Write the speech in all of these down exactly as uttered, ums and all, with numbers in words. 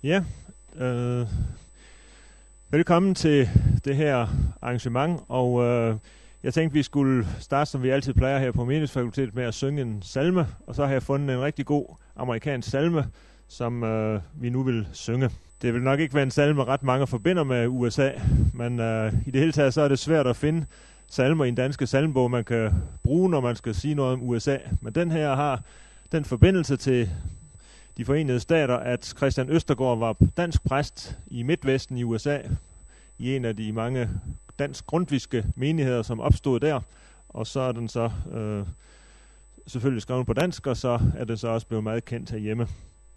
Ja, øh, velkommen til det her arrangement, og øh, jeg tænkte, vi skulle starte, som vi altid plejer her på Menighedsfakultetet, med at synge en salme, og så har jeg fundet en rigtig god amerikansk salme, som øh, vi nu vil synge. Det vil nok ikke være en salme, ret mange forbinder med U S A, men øh, i det hele taget så er det svært at finde salmer i en danske salmebog, man kan bruge, når man skal sige noget om U S A. Men den her har den forbindelse til De Forenede Stater, at Christian Østergaard var dansk præst i Midtvesten i U S A, i en af de mange dansk-grundtvigske menigheder, som opstod der. Og så er den så øh, selvfølgelig skrevet på dansk, og så er det så også blevet meget kendt herhjemme.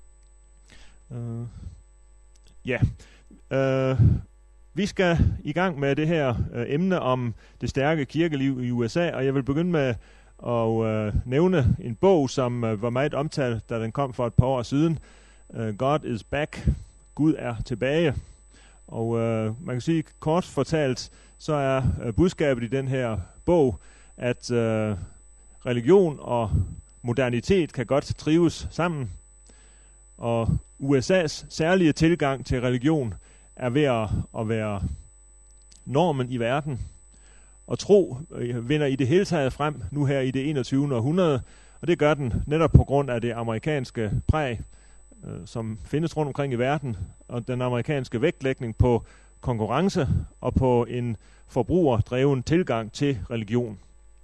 Uh, ja, uh, vi skal i gang med det her uh, emne om det stærke kirkeliv i U S A, og jeg vil begynde med at uh, nævne en bog, som uh, var meget omtalt, da den kom for et par år siden. Uh, God is back. Gud er tilbage. Og uh, man kan sige, kort fortalt, så er uh, budskabet i den her bog, at uh, religion og modernitet kan godt trives sammen. Og U S A's særlige tilgang til religion er ved at, at være normen i verden. Og tro øh, vinder i det hele taget frem nu her i det enogtyvende århundrede. Og det gør den netop på grund af det amerikanske præg, øh, som findes rundt omkring i verden. Og den amerikanske vægtlægning på konkurrence og på en forbrugerdreven tilgang til religion.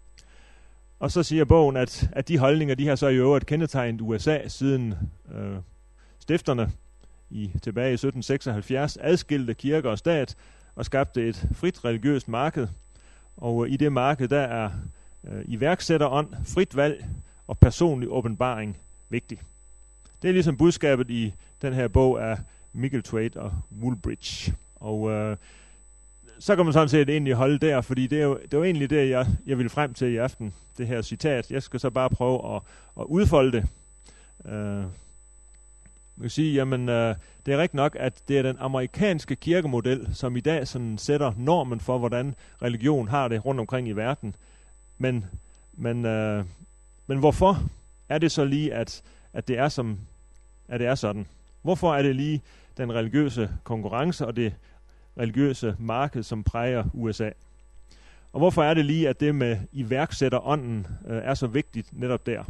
Og så siger bogen, at, at de holdninger, de har så i øvrigt kendetegnet U S A siden øh, stifterne i tilbage i sytten seksoghalvfjerds adskilte kirker og stat og skabte et frit religiøst marked. Og i det marked, der er øh, iværksætterånd, frit valg og personlig åbenbaring vigtig. Det er ligesom budskabet i den her bog af Micklethwait og Woolbridge. Og øh, så kan man sådan set egentlig holde der, fordi det er jo, det er jo egentlig det, jeg, jeg vil frem til i aften, det her citat. Jeg skal så bare prøve at, at udfolde det. Øh, Man kan sige, jamen øh, det er rigtigt nok, at det er den amerikanske kirkemodel, som i dag sådan sætter normen for, hvordan religion har det rundt omkring i verden. Men, men, øh, men hvorfor er det så lige, at, at, det er som, at det er sådan? Hvorfor er det lige den religiøse konkurrence og det religiøse marked, som præger U S A? Og hvorfor er det lige, at det med iværksætterånden øh, er så vigtigt netop der?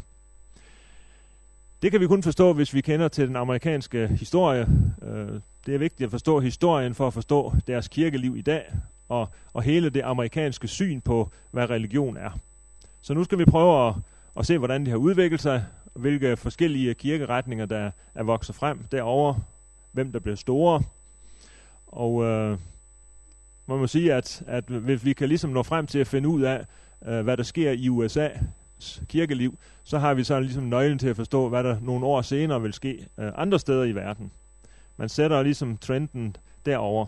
Det kan vi kun forstå, hvis vi kender til den amerikanske historie. Det er vigtigt at forstå historien for at forstå deres kirkeliv i dag, og, og hele det amerikanske syn på, hvad religion er. Så nu skal vi prøve at, at se, hvordan det har udviklet sig, hvilke forskellige kirkeretninger, der er vokset frem derovre, hvem der bliver store. Og øh, man må sige, at, at hvis vi kan ligesom nå frem til at finde ud af, øh, hvad der sker i U S A, kirkeliv, så har vi så ligesom nøglen til at forstå, hvad der nogle år senere vil ske øh, andre steder i verden. Man sætter ligesom trenden derover.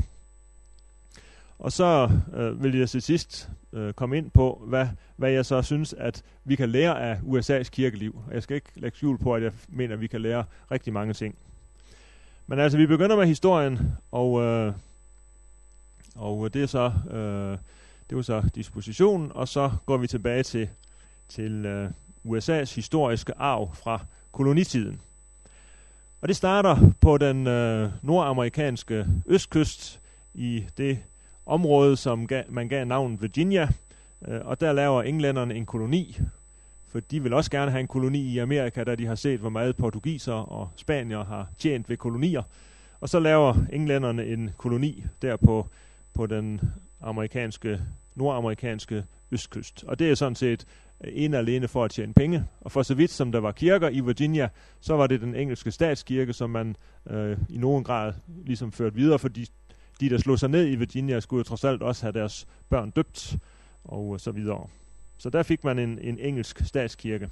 Og så øh, vil jeg til sidst øh, komme ind på, hvad, hvad jeg så synes, at vi kan lære af U S A's kirkeliv. Jeg skal ikke lægge skjul på, at jeg mener, at vi kan lære rigtig mange ting. Men altså, vi begynder med historien, og, øh, og det er så øh, det er så dispositionen, og så går vi tilbage til til øh, U S A's historiske arv fra kolonitiden. Og det starter på den øh, nordamerikanske østkyst i det område, som ga- man gav navnet Virginia, øh, og der laver englænderne en koloni, for de vil også gerne have en koloni i Amerika, da de har set, hvor meget portugiser og spanier har tjent ved kolonier. Og så laver englænderne en koloni der på, på den amerikanske, nordamerikanske østkyst. Og det er sådan set en alene for at tjene penge. Og for så vidt som der var kirker i Virginia, så var det den engelske statskirke, som man øh, i nogen grad ligesom førte videre, fordi de, der slog sig ned i Virginia, skulle jo trods alt også have deres børn døbt, og så videre. Så der fik man en, en engelsk statskirke.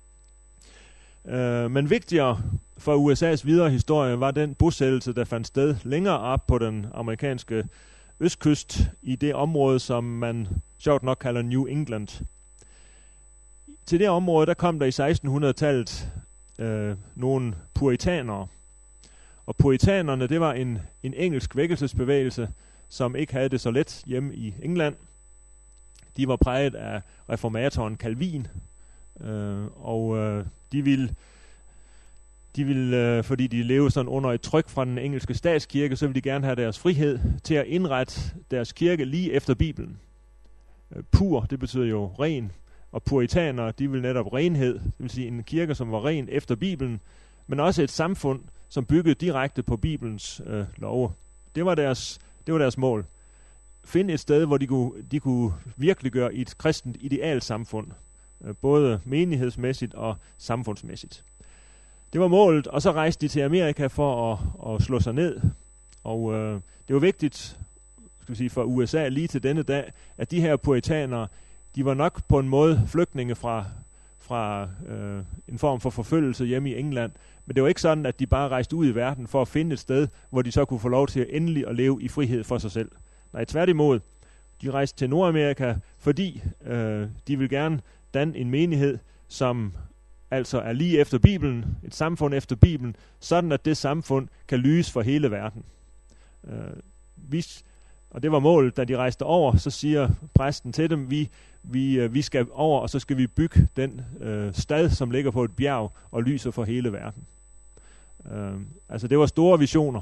Øh, men vigtigere for U S A's videre historie var den bosættelse, der fandt sted længere op på den amerikanske østkyst, i det område, som man sjovt nok kalder New England. Til det område, der kom der i sekstenhundredetallet øh, nogle puritanere. Og puritanerne, det var en, en engelsk vækkelsesbevægelse, som ikke havde det så let hjemme i England. De var præget af reformatoren Calvin, øh, og øh, de ville De vil, øh, fordi de lever sådan under et tryk fra den engelske statskirke, så vil de gerne have deres frihed til at indrette deres kirke lige efter Bibelen. Øh, pur, det betyder jo ren, og puritanere, de vil netop renhed, det vil sige en kirke, som var ren efter Bibelen, men også et samfund, som byggede direkte på Bibelens øh, love. Det var deres, det var deres mål. Finde et sted, hvor de kunne, de kunne virkelig gøre et kristent idealsamfund, øh, både menighedsmæssigt og samfundsmæssigt. Det var målet, og så rejste de til Amerika for at, at slå sig ned. Og øh, det var vigtigt, skal vi sige, for U S A lige til denne dag, at de her puritanere, de var nok på en måde flygtninge fra, fra øh, en form for forfølgelse hjemme i England. Men det var ikke sådan, at de bare rejste ud i verden for at finde et sted, hvor de så kunne få lov til at endelig at leve i frihed for sig selv. Nej, tværtimod, de rejste til Nordamerika, fordi øh, de vil gerne danne en menighed, som altså er lige efter Bibelen, et samfund efter Bibelen, sådan at det samfund kan lyse for hele verden. Øh, vi, og det var målet, da de rejste over, så siger præsten til dem, vi, vi, vi skal over, og så skal vi bygge den øh, stad, som ligger på et bjerg og lyser for hele verden. Øh, altså det var store visioner.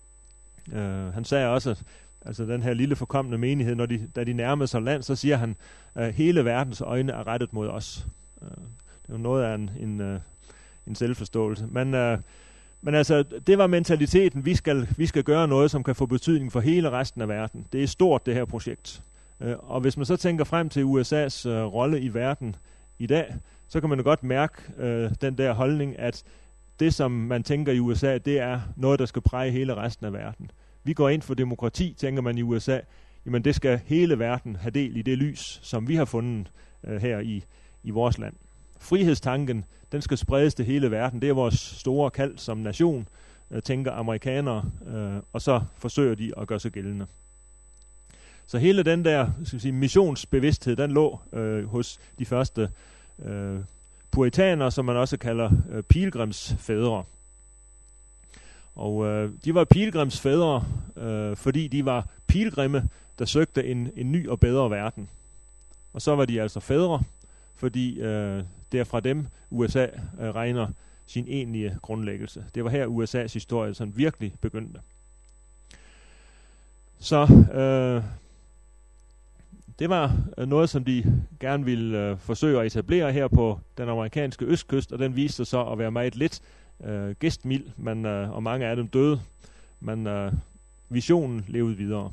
Øh, han sagde også, at altså den her lille forkomne menighed, når de, da de nærmede sig land, så siger han, at hele verdens øjne er rettet mod os. Øh, Det var noget af en, en, uh, en selvforståelse. Men, uh, men altså, det var mentaliteten. Vi skal, vi skal gøre noget, som kan få betydning for hele resten af verden. Det er stort, det her projekt. Uh, og hvis man så tænker frem til U S A's uh, rolle i verden i dag, så kan man jo godt mærke uh, den der holdning, at det, som man tænker i U S A, det er noget, der skal præge hele resten af verden. Vi går ind for demokrati, tænker man i U S A. Jamen, det skal hele verden have del i det lys, som vi har fundet uh, her i, i vores land. Frihedstanken, den skal spredes til hele verden. Det er vores store kald som nation, øh, tænker amerikanere, øh, og så forsøger de at gøre sig gældende. Så hele den der, skal vi sige, missionsbevidsthed, den lå øh, hos de første øh, puritanere, som man også kalder øh, pilgrimsfædre. Og øh, de var pilgrimsfædre, øh, fordi de var pilgrimme, der søgte en, en ny og bedre verden. Og så var de altså fædre, fordi øh, det er fra dem, U S A øh, regner sin egentlige grundlæggelse. Det var her U S A's historie sådan virkelig begyndte. Så øh, det var øh, noget, som de gerne ville øh, forsøge at etablere her på den amerikanske østkyst, og den viste sig så at være meget lidt øh, gæstmild, men, øh, og mange af dem døde, men øh, visionen levede videre.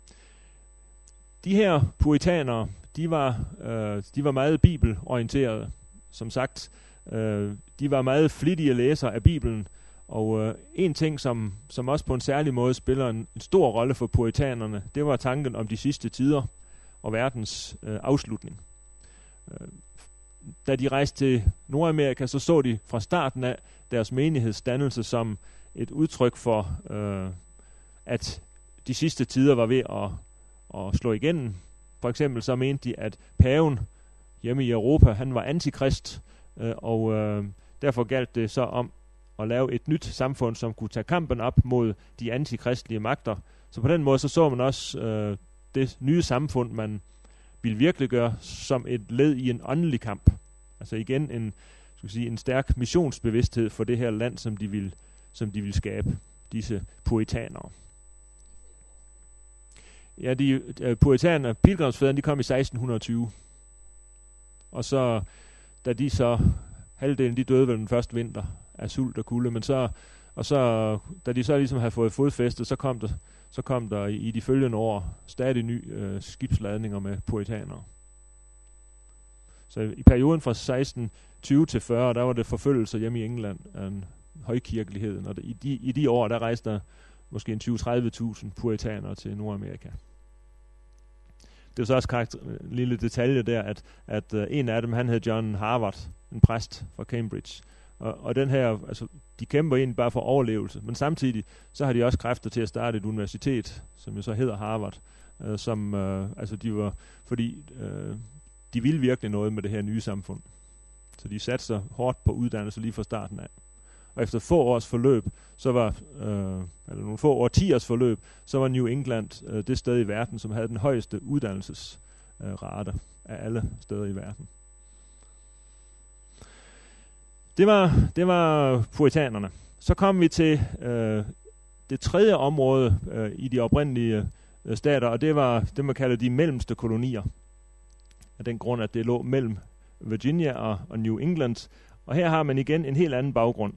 De her puritanere, de var, øh, de var meget bibelorienterede. Som sagt, øh, de var meget flittige læsere af Bibelen, og øh, en ting, som, som også på en særlig måde spiller en, en stor rolle for puritanerne, det var tanken om de sidste tider og verdens øh, afslutning. Øh, da de rejste til Nordamerika, så så de fra starten af deres menighedsdannelse som et udtryk for, øh, at de sidste tider var ved at, at slå igennem. For eksempel så mente de, at paven hjemme i Europa, han var antikrist, øh, og øh, derfor galt det så om at lave et nyt samfund, som kunne tage kampen op mod de antikristlige magter. Så på den måde så så man også øh, det nye samfund, man ville virkelig gøre, som et led i en åndelig kamp. Altså igen en, skal vi sige, en stærk missionsbevidsthed for det her land, som de ville, som de ville skabe, disse puritanere. Ja, de uh, puritanere, pilgrimsfædrene, de kom i seksten tyve. Og så, da de så, halvdelen, de døde vel den første vinter af sult og kulde, men så, og så, da de så ligesom havde fået fodfæstet, så kom der, så kom der i, i de følgende år stadig ny øh, skibsladninger med puritanere. Så i perioden fra seksten tyve til fyrre, der var det forfølgelser hjemme i England af højkirkeligheden, og det, i, de, i de år, der rejste der måske en tyve til tredive tusind puritanere til Nordamerika. Det er så også karakter, en lille detalje der, at, at uh, en af dem, han hed John Harvard, en præst fra Cambridge. Og, og den her, altså, de kæmper egentlig bare for overlevelse, men samtidig, så har de også kræfter til at starte et universitet, som jo så hedder Harvard, uh, som, uh, altså de var, fordi uh, de ville virkelig noget med det her nye samfund. Så de satte sig hårdt på uddannelse lige fra starten af. Og efter få års forløb, så var, øh, eller nogle få årtiers forløb, så var New England øh, det sted i verden, som havde den højeste uddannelsesrate øh, af alle steder i verden. Det var, det var puritanerne. Så kom vi til øh, det tredje område øh, i de oprindelige øh, stater, og det var det, man kalder de mellemste kolonier. Af den grund, at det lå mellem Virginia og, og New England. Og her har man igen en helt anden baggrund.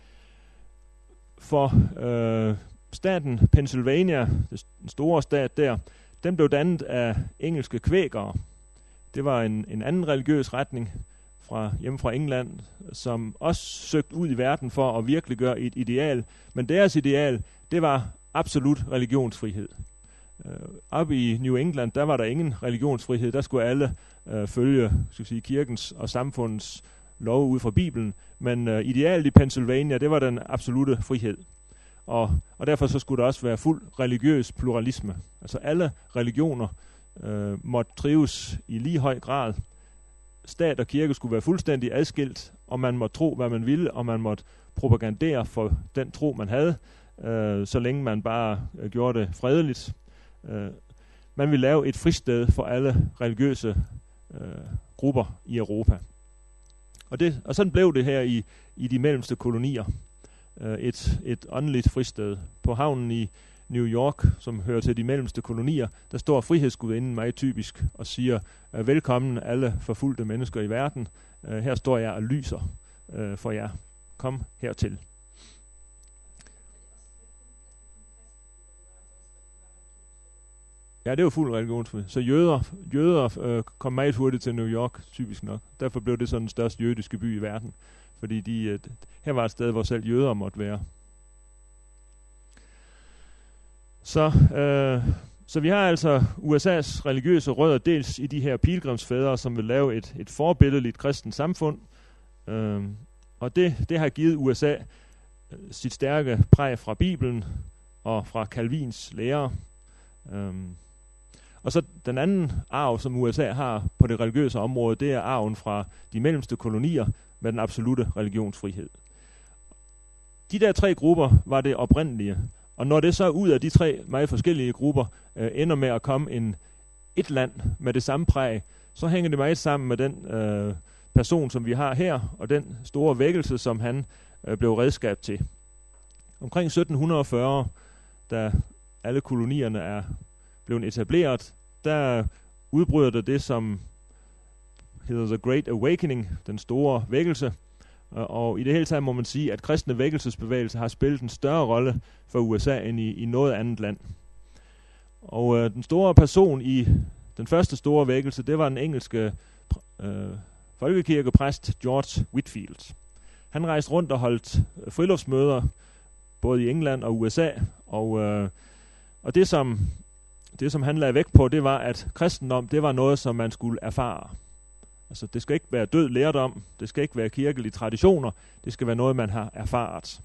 For øh, staten Pennsylvania, den store stat der, den blev dannet af engelske kvækere. Det var en, en anden religiøs retning fra hjemme fra England, som også søgte ud i verden for at virkelig gøre et ideal. Men deres ideal, det var absolut religionsfrihed. Uh, op i New England, der var der ingen religionsfrihed. Der skulle alle uh, følge skal sige, kirkens og samfundets love ud fra Bibelen. Men uh, idealet i Pennsylvania, det var den absolute frihed. Og, og derfor så skulle der også være fuld religiøs pluralisme. Altså alle religioner uh, måtte trives i lige høj grad. Stat og kirke skulle være fuldstændig adskilt, og man måtte tro, hvad man ville, og man måtte propagandere for den tro, man havde, uh, så længe man bare uh, gjorde det fredeligt. Uh, man ville lave et fristed for alle religiøse uh, grupper i Europa. Og, det, og sådan blev det her i, i de mellemste kolonier. Uh, et, et åndeligt fristed. På havnen i New York, som hører til de mellemste kolonier, der står frihedsgudinden meget typisk og siger, uh, velkommen alle forfulgte mennesker i verden. Uh, her står jeg og lyser uh, for jer. Kom hertil. Ja, det var fuld religionsfrihed. Så jøder, jøder øh, kom meget hurtigt til New York, typisk nok. Derfor blev det sådan den største jødiske by i verden. Fordi de, øh, her var et sted, hvor selv jøder måtte være. Så, øh, så vi har altså U S A's religiøse rødder dels i de her pilgrimsfædre, som vil lave et, et forbilledeligt kristent samfund. Øh, og det, det har givet U S A øh, sit stærke præg fra Bibelen og fra Calvins lære. Øh, Og så den anden arv, som U S A har på det religiøse område, det er arven fra de mellemste kolonier med den absolute religionsfrihed. De der tre grupper var det oprindelige, og når det så ud af de tre meget forskellige grupper øh, ender med at komme en, et land med det samme præg, så hænger det meget sammen med den øh, person, som vi har her, og den store vækkelse, som han øh, blev redskab til. Omkring sytten fyrre, da alle kolonierne er blevet etableret, der udbryder det det, som hedder The Great Awakening, den store vækkelse. Og i det hele taget må man sige, at kristne vækkelsesbevægelser har spillet en større rolle for U S A end i, i noget andet land. Og øh, den store person i den første store vækkelse, det var den engelske øh, folkekirkepræst George Whitefield. Han rejste rundt og holdt friluftsmøder, både i England og U S A, og, øh, og det som Det, som han lagde vægt på, det var, at kristendom, det var noget, som man skulle erfare. Altså, det skal ikke være død lærdom, det skal ikke være kirkelige traditioner, det skal være noget, man har erfaret.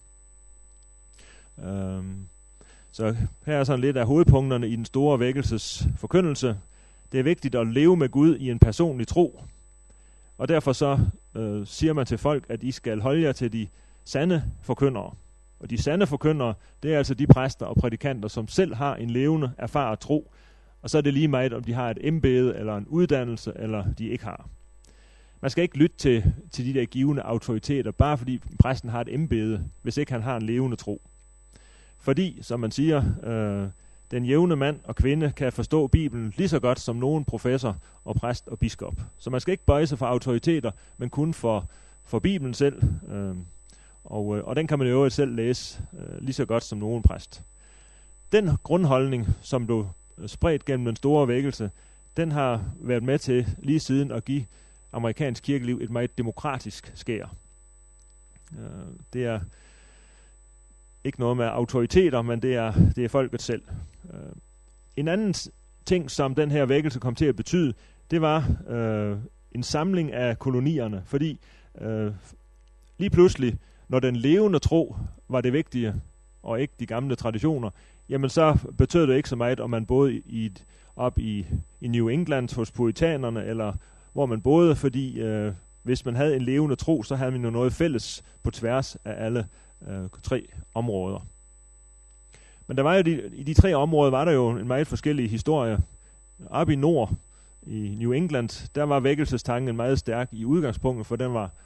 Øhm, så her er sådan lidt af hovedpunkterne i den store vækkelses forkyndelse. Det er vigtigt at leve med Gud i en personlig tro. Og derfor så øh, siger man til folk, at I skal holde jer til de sande forkyndere. Og de sande forkyndere, det er altså de præster og prædikanter, som selv har en levende, erfaret tro. Og så er det lige meget, om de har et embede eller en uddannelse, eller de ikke har. Man skal ikke lytte til, til de der givende autoriteter, bare fordi præsten har et embede, hvis ikke han har en levende tro. Fordi, som man siger, øh, den jævne mand og kvinde kan forstå Bibelen lige så godt som nogen professor og præst og biskop. Så man skal ikke bøje sig for autoriteter, men kun for, for Bibelen selv. Øh, Og, og den kan man jo selv læse øh, lige så godt som nogen præst. Den grundholdning, som blev spredt gennem den store vækkelse, den har været med til lige siden at give amerikansk kirkeliv et meget demokratisk skær. Øh, det er ikke noget med autoriteter, men det er, det er folket selv. Øh, en anden ting, som den her vækkelse kom til at betyde, det var øh, en samling af kolonierne, fordi øh, lige pludselig, når den levende tro var det vigtige, og ikke de gamle traditioner, jamen så betød det ikke så meget, om man boede i, op i, i New England hos puritanerne, eller hvor man boede, fordi øh, hvis man havde en levende tro, så havde man jo noget fælles på tværs af alle øh, tre områder. Men der var jo de, i de tre områder var der jo en meget forskellige historie. Op i nord, i New England, der var vækkelsestanken meget stærk i udgangspunktet, for den var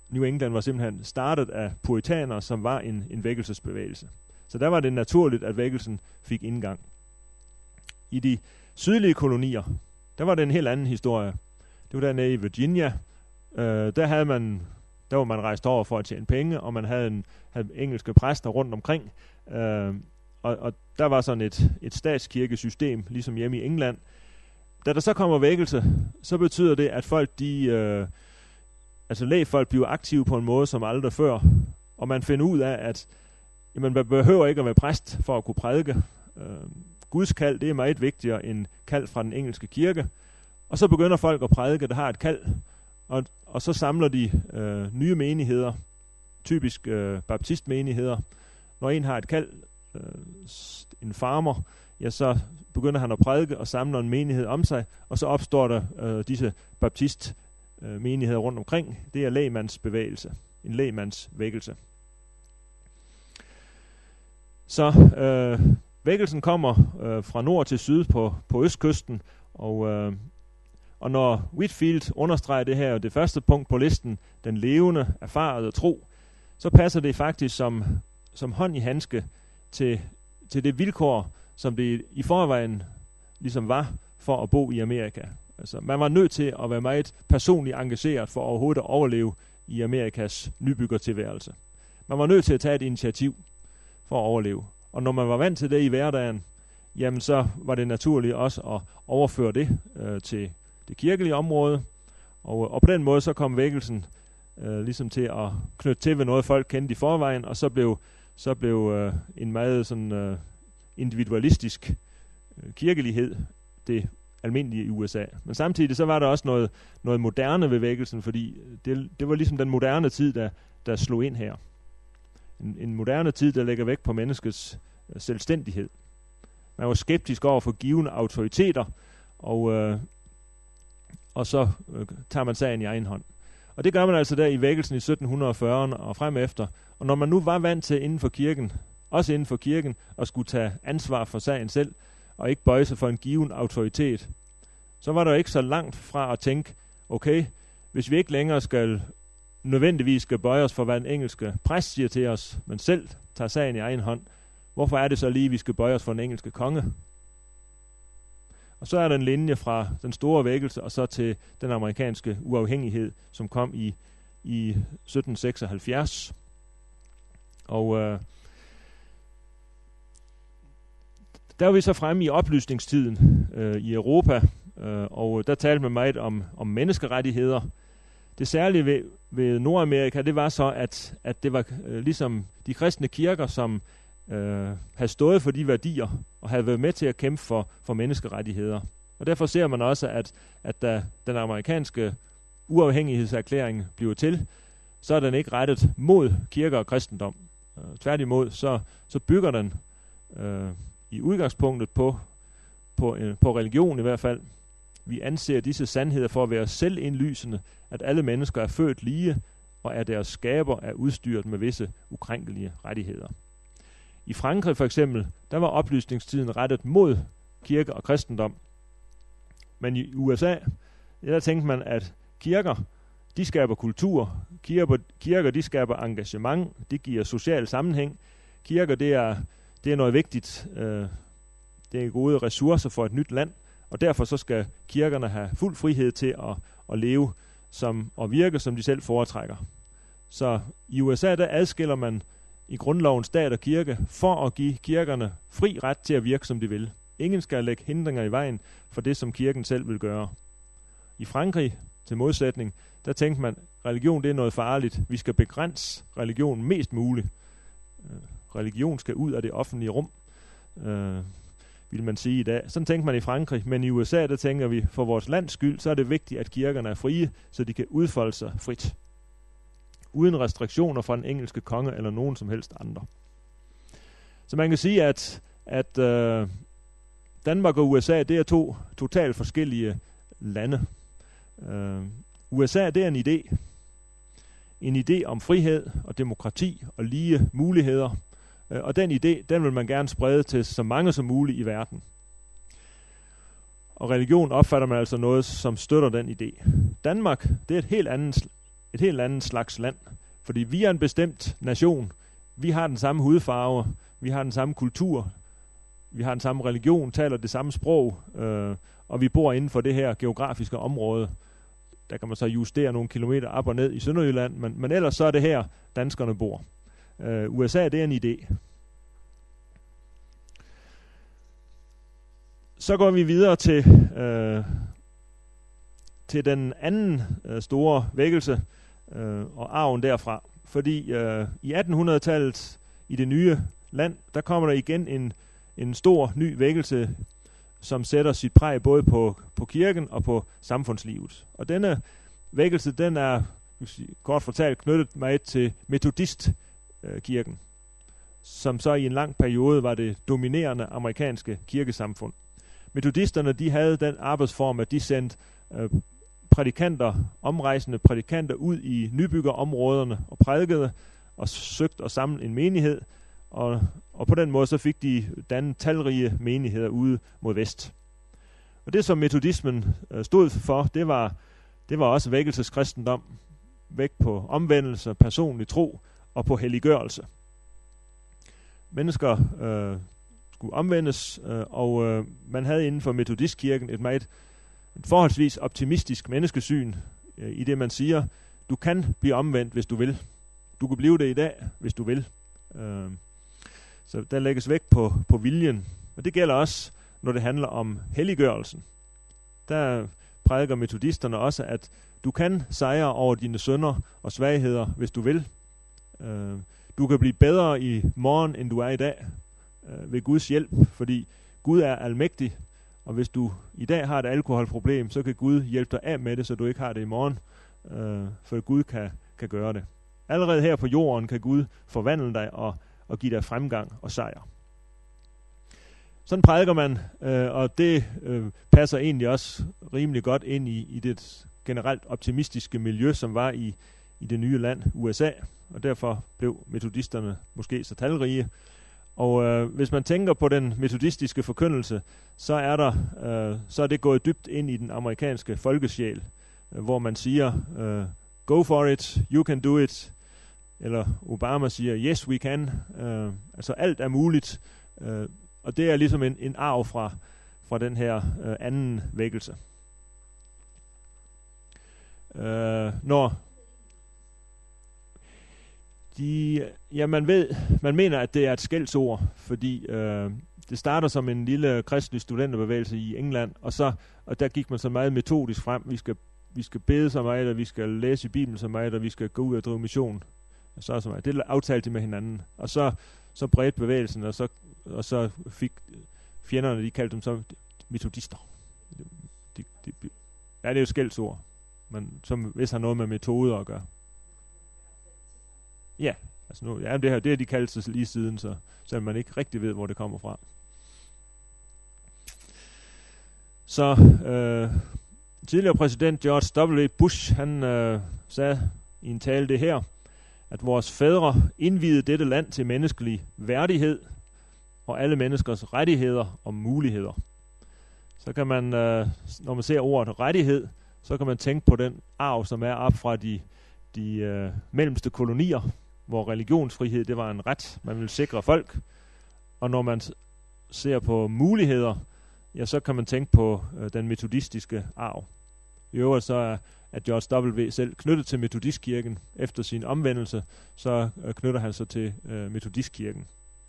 New England var simpelthen startet af puritanere, som var en, en vækkelsesbevægelse. Så der var det naturligt, at vækkelsen fik indgang. I de sydlige kolonier, der var det en helt anden historie. Det var dernede i Virginia. Øh, der havde man, der var man rejst over for at tjene penge, og man havde, en, havde engelske præster rundt omkring. Øh, og, og der var sådan et, et statskirkesystem, ligesom hjemme i England. Da der så kommer vækkelse, så betyder det, at folk, de, øh, altså lægfolk bliver aktive på en måde som aldrig før. Og man finder ud af, at jamen, man behøver ikke at være præst for at kunne prædike. Øh, Guds kald, det er meget vigtigere end kald fra den engelske kirke. Og så begynder folk at prædike, der har et kald, og, og så samler de øh, nye menigheder, typisk øh, baptistmenigheder. Når en har et kald, øh, en farmer, ja, så begynder han at prædike og samler en menighed om sig, og så opstår der øh, disse baptistmenigheder øh, rundt omkring. Det er lægmandsbevægelse, en lægmandsvækkelse. Så øh, vækkelsen kommer øh, fra nord til syd på, på østkysten, og, øh, og når Whitefield understreger det her, det første punkt på listen, den levende, erfarede tro, så passer det faktisk som, som hånd i handske til, til det vilkår, som det i forvejen ligesom var for at bo i Amerika. Altså, man var nødt til at være meget personligt engageret for overhovedet at overleve i Amerikas nybyggertilværelse. Man var nødt til at tage et initiativ for at overleve. Og når man var vant til det i hverdagen, jamen så var det naturligt også at overføre det øh, til det kirkelige område. Og, og på den måde så kom vækkelsen øh, ligesom til at knytte til ved noget, folk kendte i forvejen, og så blev, så blev øh, en meget sådan, øh, individualistisk øh, kirkelighed det almindelige i U S A. Men samtidig så var der også noget, noget moderne ved vækkelsen, fordi det, det var ligesom den moderne tid, der, der slog ind her. En, en moderne tid, der lægger vægt på menneskets øh, selvstændighed. Man var skeptisk over for givende autoriteter, og, øh, og så øh, tager man sagen i egen hånd. Og det gør man altså der i vækkelsen i sytten fyrrerne og frem efter. Og når man nu var vant til inden for kirken, også inden for kirken, at skulle tage ansvar for sagen selv, og ikke bøje sig for en given autoritet, så var der ikke så langt fra at tænke, okay, hvis vi ikke længere skal nødvendigvis skal bøje os for, hvad den engelske præst siger til os, men selv tager sagen i egen hånd, hvorfor er det så lige, at vi skal bøje os for den engelske konge? Og så er der en linje fra den store vækkelse, og så til den amerikanske uafhængighed, som kom i, i sytten seksoghalvfjerds. Og øh, der var vi så fremme i oplysningstiden øh, i Europa, øh, og der talte man meget om, om menneskerettigheder. Det særlige ved, ved Nordamerika, det var så, at, at det var øh, ligesom de kristne kirker, som øh, havde stået for de værdier, og havde været med til at kæmpe for, for menneskerettigheder. Og derfor ser man også, at, at da den amerikanske uafhængighedserklæring bliver til, så er den ikke rettet mod kirker og kristendom. Øh, tværtimod, så, så bygger den øh, i udgangspunktet på, på, øh, på religion i hvert fald. Vi anser disse sandheder for at være selvindlysende, at alle mennesker er født lige, og at deres skaber er udstyret med visse ukrænkelige rettigheder. I Frankrig for eksempel, der var oplysningstiden rettet mod kirke og kristendom. Men i U S A, der tænkte man, at kirker, de skaber kultur. Kirker, kirker de skaber engagement. De giver social sammenhæng. Kirker, det er, det er noget vigtigt. Øh, det er gode ressourcer for et nyt land. Og derfor så skal kirkerne have fuld frihed til at, at leve som, og virke, som de selv foretrækker. Så i U S A, der adskiller man i grundloven stat og kirke, for at give kirkerne fri ret til at virke, som de vil. Ingen skal lægge hindringer i vejen for det, som kirken selv vil gøre. I Frankrig, til modsætning, der tænkte man, religion det er noget farligt. Vi skal begrænse religion mest muligt. Religion skal ud af det offentlige rum, øh, vil man sige i dag. Sådan tænker man i Frankrig, men i U S A, der tænker vi, for vores lands skyld, så er det vigtigt, at kirkerne er frie, så de kan udfolde sig frit. Uden restriktioner fra den engelske konge eller nogen som helst andre. Så man kan sige, at, at øh, Danmark og U S A, det er to totalt forskellige lande. Øh, U S A, det er en idé. En idé om frihed og demokrati og lige muligheder. Øh, og den idé, den vil man gerne sprede til så mange som muligt i verden. Og religion opfatter man altså noget, som støtter den idé. Danmark, det er et helt andet et helt andet slags land. Fordi vi er en bestemt nation. Vi har den samme hudfarve, vi har den samme kultur, vi har den samme religion, taler det samme sprog, øh, og vi bor inden for det her geografiske område. Der kan man så justere nogle kilometer op og ned i Sønderjylland, men, men ellers så er det her, danskerne bor. Øh, U S A, det er en idé. Så går vi videre til, øh, til den anden øh, store vækkelse øh, og arven derfra. Fordi øh, i attenhundredetallet i det nye land, der kommer der igen en, en stor ny vækkelse, som sætter sit præg både på, på kirken og på samfundslivet. Og denne vækkelse, den er kort fortalt knyttet meget til metodistkirken, som så i en lang periode var det dominerende amerikanske kirkesamfund. Metodisterne, de havde den arbejdsform, at de sendte øh, prædikanter, omrejsende prædikanter ud i nybyggerområderne og prædikede og søgte at samle en menighed, og, og på den måde så fik de dannet talrige menigheder ude mod vest. Og det som metodismen øh, stod for, det var, det var også vækkelseskristendom, vægt på omvendelse, personlig tro og på helliggørelse. Mennesker øh, skulle omvendes, øh, og øh, man havde inden for metodistkirken et meget et forholdsvis optimistisk menneskesyn, øh, i det man siger, du kan blive omvendt, hvis du vil. Du kan blive det i dag, hvis du vil. Øh, så der lægges vægt på, på viljen. Og det gælder også, når det handler om helliggørelsen. Der prædiker metodisterne også, at du kan sejre over dine synder og svagheder, hvis du vil. Øh, du kan blive bedre i morgen, end du er i dag, øh, ved Guds hjælp, fordi Gud er almægtig, og hvis du i dag har et alkoholproblem, så kan Gud hjælpe dig af med det, så du ikke har det i morgen, øh, for Gud kan, kan gøre det. Allerede her på jorden kan Gud forvandle dig og, og give dig fremgang og sejr. Sådan prædiker man, øh, og det øh, passer egentlig også rimelig godt ind i, i det generelt optimistiske miljø, som var i, i det nye land, U S A, og derfor blev metodisterne måske så talrige. Og øh, hvis man tænker på den metodistiske forkyndelse, så er der øh, så er det gået dybt ind i den amerikanske folkesjæl, øh, hvor man siger, øh, go for it, you can do it, eller Obama siger, yes we can, øh, altså alt er muligt, øh, og det er ligesom en, en arv fra, fra den her øh, anden vækkelse. Øh, når de, ja, man ved, man mener, at det er et skældsord, fordi øh, det starter som en lille kristelig studenterbevægelse i England, og så og der gik man så meget metodisk frem. Vi skal vi skal bede så meget, og vi skal læse i Bibelen så meget, og vi skal gå ud og drive mission. Og så så meget. Det aftalte de med hinanden, og så så bredte bevægelsen, og så og så fik fjenderne, de kaldte dem så metodister. De, de, de, ja, det er jo et skældsord, men som hvis har noget med metoder at gøre. Ja, altså nu, ja, det her, det har de kaldt sig lige siden, så selvom man ikke rigtig ved, hvor det kommer fra. Så øh, tidligere præsident George W. Bush, han øh, sagde i en tale det her, at vores fædre indviede dette land til menneskelig værdighed og alle menneskers rettigheder og muligheder. Så kan man, øh, når man ser ordet rettighed, så kan man tænke på den arv, som er op fra de, de øh, mellemste kolonier, hvor religionsfrihed, det var en ret, man ville sikre folk. Og når man ser på muligheder, ja, så kan man tænke på øh, den metodistiske arv. I øvrigt så er at George W. selv knyttet til metodistkirken efter sin omvendelse, så øh, knytter han sig til øh, metodistkirken.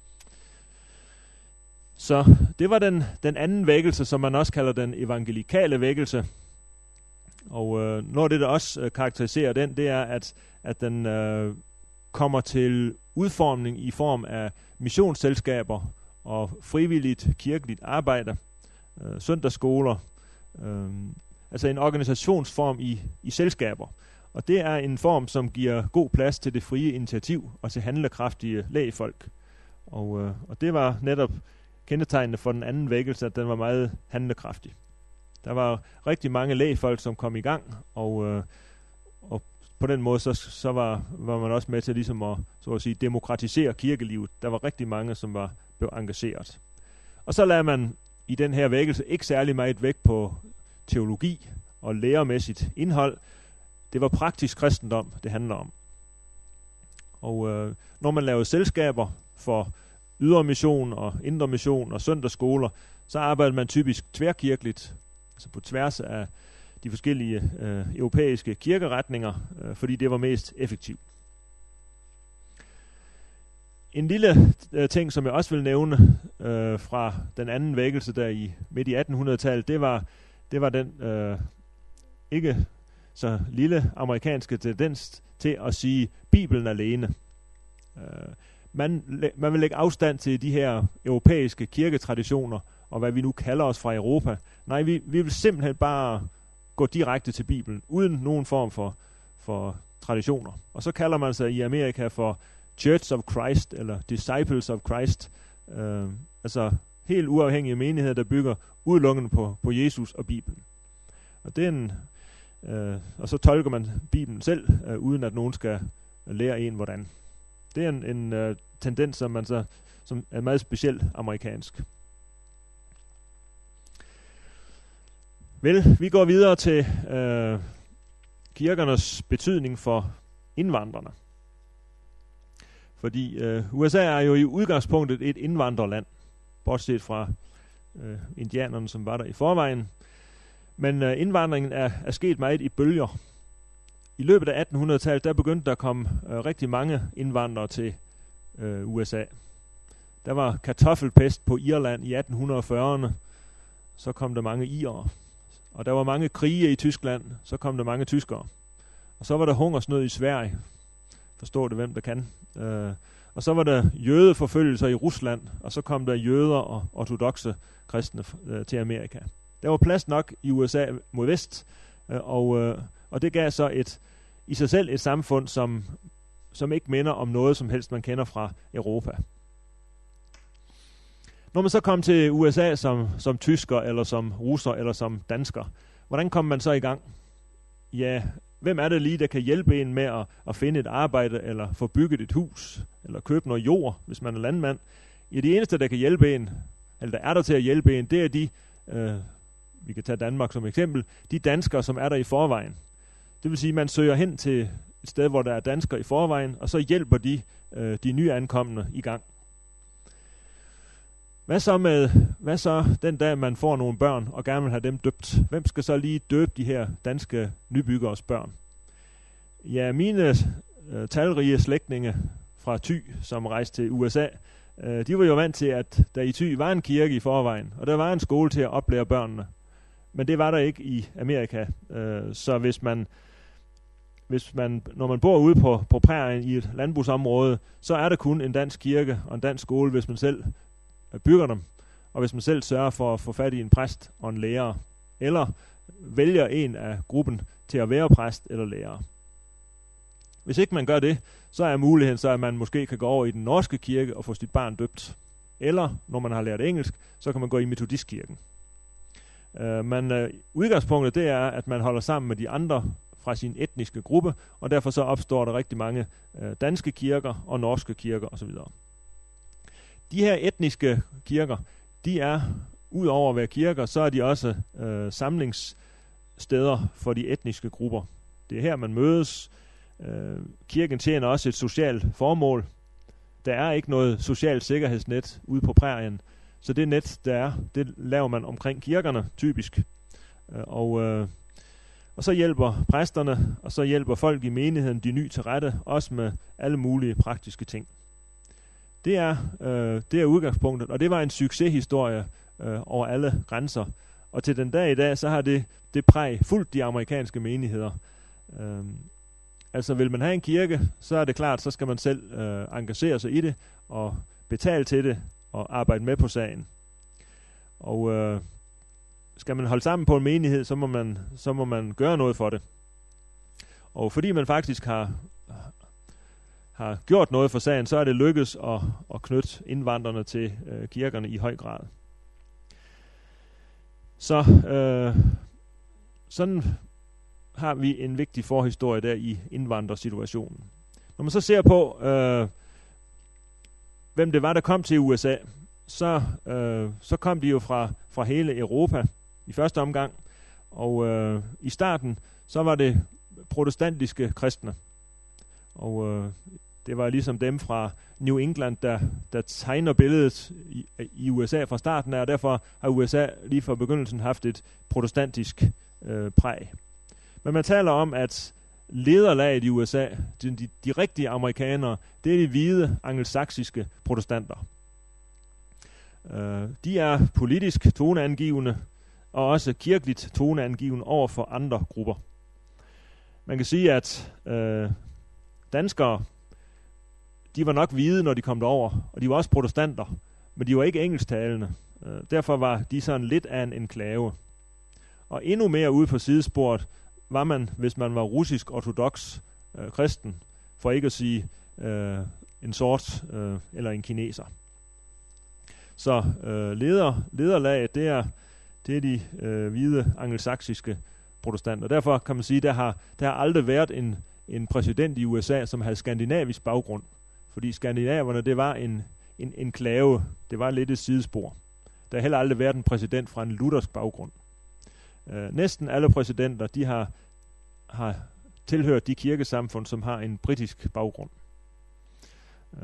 Så det var den, den anden vækkelse, som man også kalder den evangelikale vækkelse. Og øh, noget af det, der også øh, karakteriserer den, det er, at, at den øh, kommer til udformning i form af missionsselskaber og frivilligt kirkeligt arbejde, øh, søndagsskoler, øh, altså en organisationsform i, i selskaber. Og det er en form, som giver god plads til det frie initiativ og til handlekraftige lægfolk. Og, øh, og det var netop kendetegnende for den anden vækkelse, at den var meget handlekraftig. Der var rigtig mange lægfolk, som kom i gang, og, øh, og på den måde så, så var, var man også med til ligesom at, så at sige, demokratisere kirkelivet. Der var rigtig mange, som var blev engageret. Og så lader man i den her vækkelse ikke særlig meget vægt på teologi og læremæssigt indhold. det var praktisk kristendom, det handler om. Og øh, når man lavede selskaber for ydre mission og indre mission og søndagsskoler, så arbejder man typisk tværkirkeligt, altså på tværs af de forskellige øh, europæiske kirkeretninger, øh, fordi det var mest effektivt. En lille øh, ting, som jeg også vil nævne øh, fra den anden vækkelse der i midt i attenhundredetallet, det var, det var den øh, ikke så lille amerikanske tendens til at sige Bibelen alene. Øh, man, man vil lægge afstand til de her europæiske kirketraditioner, og hvad vi nu kalder os fra Europa. Nej, vi, vi vil simpelthen bare gå direkte til Bibelen, uden nogen form for, for traditioner. Og så kalder man sig i Amerika for Church of Christ, eller Disciples of Christ. Øh, altså helt uafhængige menigheder, der bygger udelukkende på, på Jesus og Bibelen. Og, det er en, øh, og så tolker man Bibelen selv, øh, uden at nogen skal lære en hvordan. Det er en, en øh, tendens, som, man så, som er meget specielt amerikansk. Vel, vi går videre til øh, kirkernes betydning for indvandrerne. Fordi øh, U S A er jo i udgangspunktet et indvandrerland, bortset fra øh, indianerne, som var der i forvejen. Men øh, indvandringen er, er sket meget i bølger. I løbet af attenhundredetallet, der begyndte der at komme øh, rigtig mange indvandrere til øh, U S A. Der var kartoffelpest på Irland i atten fyrrerne, så kom der mange irere. Og der var mange krige i Tyskland, så kom der mange tyskere. Og så var der hungersnød i Sverige. Forstår det, hvem der kan. Øh, og så var der jødeforfølgelser i Rusland, og så kom der jøder og ortodokse kristne øh, til Amerika. Der var plads nok i U S A mod vest, øh, og, øh, og det gav så et, i sig selv et samfund, som, som ikke minder om noget som helst, man kender fra Europa. Når man så kom til U S A som, som tysker, eller som russer, eller som dansker, hvordan kom man så i gang? Ja, hvem er det lige, der kan hjælpe en med at, at finde et arbejde, eller få bygget et hus, eller købe noget jord, hvis man er landmand? Ja, de eneste, der kan hjælpe en, eller der er der til at hjælpe en, det er de, øh, vi kan tage Danmark som eksempel, de danskere, som er der i forvejen. Det vil sige, at man søger hen til et sted, hvor der er danskere i forvejen, og så hjælper de øh, de nyankomne i gang. Hvad så med, hvad så den dag, man får nogle børn, og gerne vil have dem døbt? Hvem skal så lige døbe de her danske nybyggeres børn? Ja, mine øh, talrige slægtninge fra Thy, som rejste til U S A, øh, de var jo vant til, at der i Thy var en kirke i forvejen, og der var en skole til at oplære børnene. Men det var der ikke i Amerika. Øh, så hvis man, hvis man, når man bor ude på, på prærien i et landbrugsområde, så er der kun en dansk kirke og en dansk skole, hvis man selv bygger dem, og hvis man selv sørger for at få fat i en præst og en lærer, eller vælger en af gruppen til at være præst eller lærer. Hvis ikke man gør det, så er muligheden så, at man måske kan gå over i den norske kirke og få sit barn døbt. Eller, når man har lært engelsk, så kan man gå i metodistkirken. Uh, men uh, udgangspunktet det er, at man holder sammen med de andre fra sin etniske gruppe, og derfor så opstår der rigtig mange uh, danske kirker og norske kirker osv. De her etniske kirker, de er, ud over at være kirker, så er de også øh, samlingssteder for de etniske grupper. Det er her, man mødes. Øh, kirken tjener også et socialt formål. Der er ikke noget socialt sikkerhedsnet ude på prærien, så det net, der er, det laver man omkring kirkerne, typisk. Øh, og, øh, og så hjælper præsterne, og så hjælper folk i menigheden de nye til rette, også med alle mulige praktiske ting. Det er, øh, det er udgangspunktet, og det var en succeshistorie øh, over alle grænser. Og til den dag i dag, så har det, det præg fuldt de amerikanske menigheder. Øh, altså vil man have en kirke, så er det klart, så skal man selv øh, engagere sig i det, og betale til det, og arbejde med på sagen. Og øh, skal man holde sammen på en menighed, så må man, så må man gøre noget for det. Og fordi man faktisk har... har gjort noget for sagen, så er det lykkedes at, at knytte indvandrerne til øh, kirkerne i høj grad. Så øh, sådan har vi en vigtig forhistorie der i indvandrersituationen. Når man så ser på, øh, hvem det var, der kom til U S A, så, øh, så kom de jo fra, fra hele Europa i første omgang. Og øh, i starten, så var det protestantiske kristne. Og øh, det var ligesom dem fra New England, der, der tegner billedet i, i U S A fra starten af, og derfor har U S A lige fra begyndelsen haft et protestantisk øh, præg. Men man taler om, at lederlaget i U S A, de, de, de rigtige amerikanere, det er de hvide angelsaksiske protestanter. Uh, de er politisk toneangivende, og også kirkeligt toneangivende over for andre grupper. Man kan sige, at uh, danskere, de var nok hvide, når de kom derover, og de var også protestanter, men de var ikke engelsktalende. Uh, derfor var de sådan lidt af en enklave. Og endnu mere ude på sidesporet var man, hvis man var russisk ortodoks øh, kristen, for ikke at sige øh, en sort øh, eller en kineser. Så øh, leder, lederlaget, det er, det er de øh, hvide angelsaksiske protestanter. Derfor kan man sige, at der har, der har aldrig været en, en præsident i U S A, som havde skandinavisk baggrund. Fordi skandinaverne, det var en, en enklave, det var lidt et sidespor. Der har heller aldrig været en præsident fra en luthersk baggrund. Uh, næsten alle præsidenter, de har, har tilhørt de kirkesamfund, som har en britisk baggrund. Uh,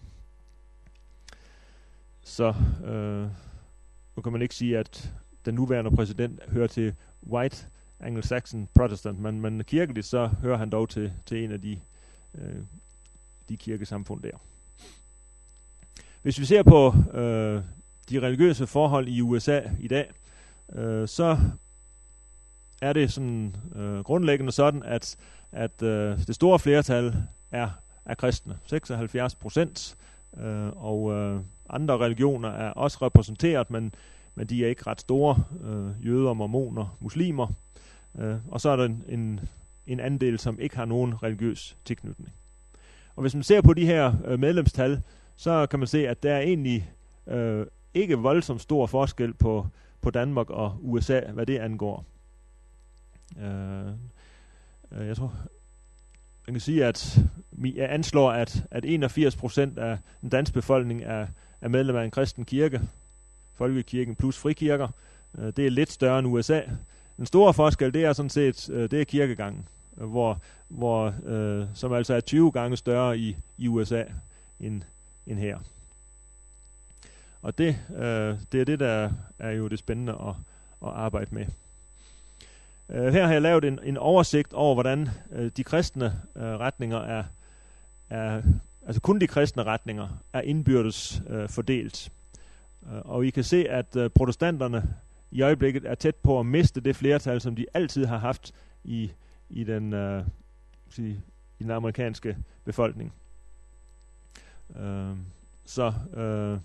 så uh, nu kan man ikke sige, at den nuværende præsident hører til White Anglo-Saxon Protestant, men, men kirkeligt så hører han dog til, til en af de, uh, de kirkesamfund der. Hvis vi ser på uh, de religiøse forhold i U S A i dag, uh, så er det sådan øh, grundlæggende sådan, at, at øh, det store flertal er, er kristne, seksoghalvfjerds procent, øh, og øh, andre religioner er også repræsenteret, men, men de er ikke ret store, øh, jøder, mormoner, muslimer, øh, og så er der en, en, en andel, som ikke har nogen religiøs tilknytning. Og hvis man ser på de her øh, medlemstal, så kan man se, at der er egentlig øh, ikke voldsomt stor forskel på, på Danmark og U S A, hvad det angår. Uh, uh, jeg tror, man kan sige, at jeg anslår, at, at enogfirs procent af den danske befolkning er, er medlem af en kristen kirke, folkekirken plus frikirker. Uh, det er lidt større end U S A. Den store forskel, det er sådan set, uh, det er kirkegangen, uh, hvor, hvor, uh, som altså er tyve gange større i, i U S A end, end her. Og det, uh, det er det, der er jo det spændende at, at arbejde med. Uh, her har jeg lavet en, en oversigt over, hvordan uh, de kristne uh, retninger er, er, altså kun de kristne retninger, er indbyrdes uh, fordelt. Uh, og I kan se, at uh, protestanterne i øjeblikket er tæt på at miste det flertal, som de altid har haft i, i, den, uh, sige, i den amerikanske befolkning. Uh, så uh,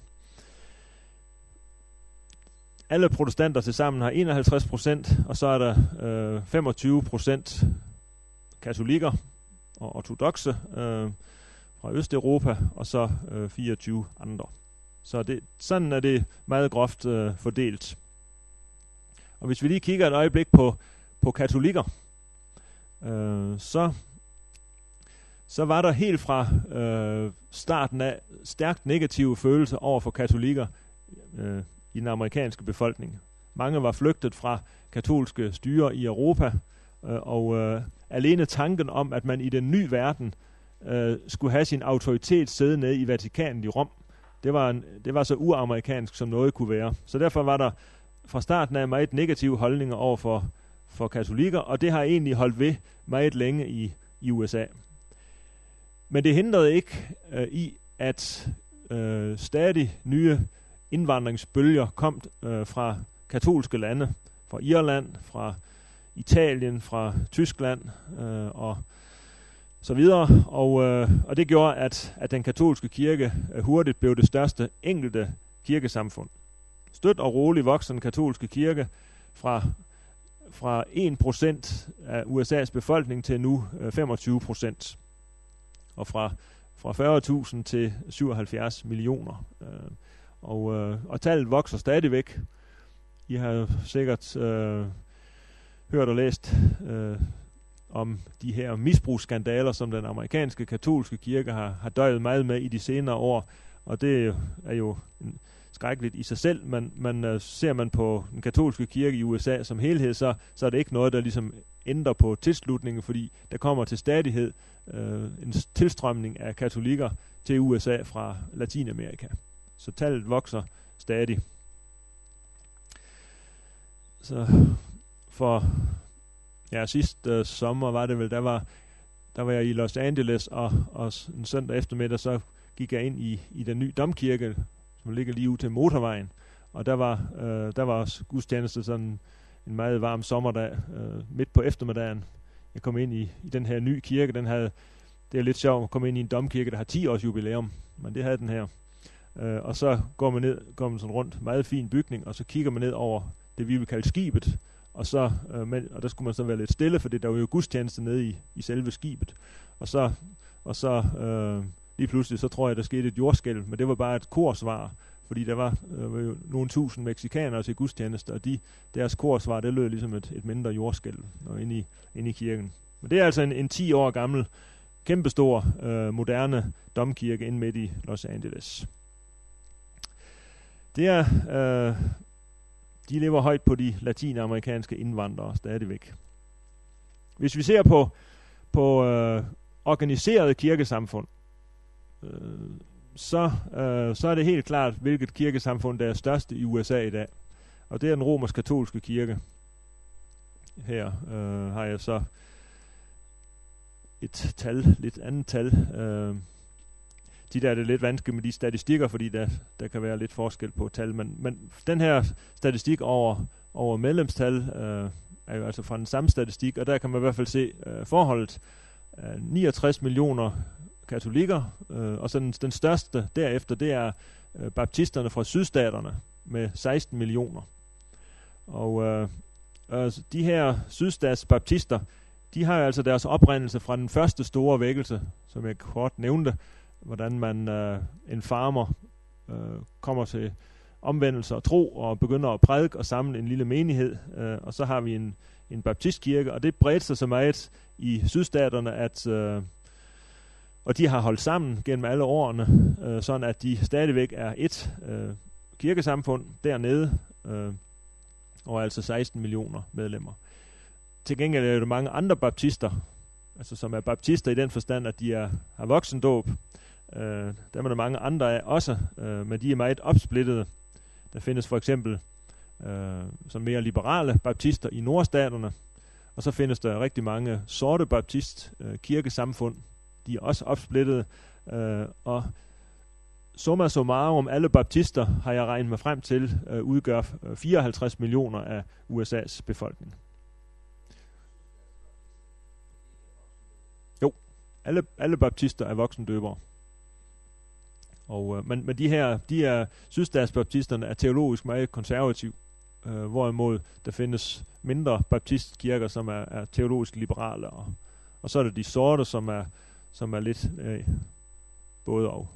alle protestanter til sammen har enoghalvtreds procent, og så er der øh, femogtyve procent katolikker og ortodokse øh, fra Østeuropa, og så øh, fireogtyve andre. Så det, sådan er det meget groft øh, fordelt. Og hvis vi lige kigger et øjeblik på, på katolikker, øh, så, så var der helt fra øh, starten af stærkt negative følelser over for katolikker øh, i den amerikanske befolkning. Mange var flygtet fra katolske styre i Europa, øh, og øh, alene tanken om, at man i den nye verden øh, skulle have sin autoritet sidde nede i Vatikanet i Rom, det var, en, det var så uamerikansk, som noget kunne være. Så derfor var der fra starten af meget negative holdninger over for, for katolikker, og det har egentlig holdt ved meget længe i, i U S A. Men det hindrede ikke øh, i, at øh, stadig nye indvandringsbølger kom øh, fra katolske lande, fra Irland, fra Italien, fra Tyskland øh, og så videre. Og, øh, og det gjorde, at, at den katolske kirke øh, hurtigt blev det største enkelte kirkesamfund. Støt og roligt voksede den katolske kirke fra, fra en procent af U S A's befolkning til nu øh, femogtyve procent. Og fra, fra fyrre tusind til syvoghalvfjerds millioner. Øh, Og, øh, og tallet vokser stadigvæk. I har jo sikkert øh, hørt og læst øh, om de her misbrugsskandaler, som den amerikanske katolske kirke har, har døjet meget med i de senere år. Og det er jo en skrækkeligt i sig selv, men, men uh, ser man på den katolske kirke i U S A som helhed, så, så er det ikke noget, der ligesom ændrer på tilslutningen, fordi der kommer til stadighed uh, en tilstrømning af katolikker til U S A fra Latinamerika. Så tallet vokser stadig. Så for ja, sidste uh, sommer var det vel, der var, der var jeg i Los Angeles, og, og en søndag eftermiddag, så gik jeg ind i, i den nye domkirke, som ligger lige ud til motorvejen. Og der var, øh, der var også gudstjeneste sådan en meget varm sommerdag, øh, midt på eftermiddagen. Jeg kom ind i, i den her nye kirke. Den havde, det er lidt sjovt at komme ind i en domkirke, der har ti års jubilæum, men det havde den her. Øh, og så går man ned, går man sådan rundt, meget fin bygning, og så kigger man ned over det, vi vil kalde skibet. Og, så, øh, med, og der skulle man så være lidt stille, for der var jo gudstjeneste nede i, i selve skibet. Og så, og så øh, lige pludselig, så tror jeg, der skete et jordskælv, men det var bare et korsvar, fordi der var øh, nogle tusind mexikanere til gudstjeneste, og de, deres korsvar, det lød ligesom et, et mindre jordskælv inde i, inde i kirken. Men det er altså en, en ti år gammel, kæmpestor, øh, moderne domkirke inde midt i Los Angeles. Det er, øh, de lever højt på de latinamerikanske indvandrere stadigvæk. Hvis vi ser på, på øh, organiseret kirkesamfund, øh, så, øh, så er det helt klart, hvilket kirkesamfund der er størst i U S A i dag. Og det er den romersk-katolske kirke. Her øh, har jeg så et tal, lidt andet tal. Øh, de der er det lidt vanskeligt med de statistikker, fordi der, der kan være lidt forskel på tal. Men, men den her statistik over, over medlemstal øh, er jo altså fra den samme statistik, og der kan man i hvert fald se øh, forholdet. Øh, niogtres millioner katolikker, øh, og så den, den største derefter, det er øh, baptisterne fra sydstaterne med seksten millioner. Og øh, altså, de her sydstatsbaptister, de har altså deres oprindelse fra den første store vækkelse, som jeg kort nævnte, hvordan man øh, en farmer øh, kommer til omvendelse og tro og begynder at prædike og samle en lille menighed, øh, og så har vi en, en baptistkirke, og det bredte sig så meget i sydstaterne, at øh, og de har holdt sammen gennem alle årene, øh, sådan at de stadigvæk er et øh, kirkesamfund dernede, øh, og altså seksten millioner medlemmer. Til gengæld er der mange andre baptister, altså som er baptister i den forstand, at de er, har voksendåb. Øh, der er der mange andre af også, øh, men de er meget opsplittede. Der findes for eksempel øh, som mere liberale baptister i nordstaterne, og så findes der rigtig mange sorte baptist øh, kirkesamfund. De er også opsplittede, øh, og summa summarum, alle baptister, har jeg regnet mig frem til, øh, udgør fireoghalvtreds millioner af U S A's befolkning. Jo, alle, alle baptister er voksendøbere. Og, øh, men, men de her, de er, sydstatsbaptisterne er teologisk meget konservativ, øh, hvorimod der findes mindre baptistkirker, som er, er teologisk liberale, og, og så er det de sorte, som er som er lidt øh, både og.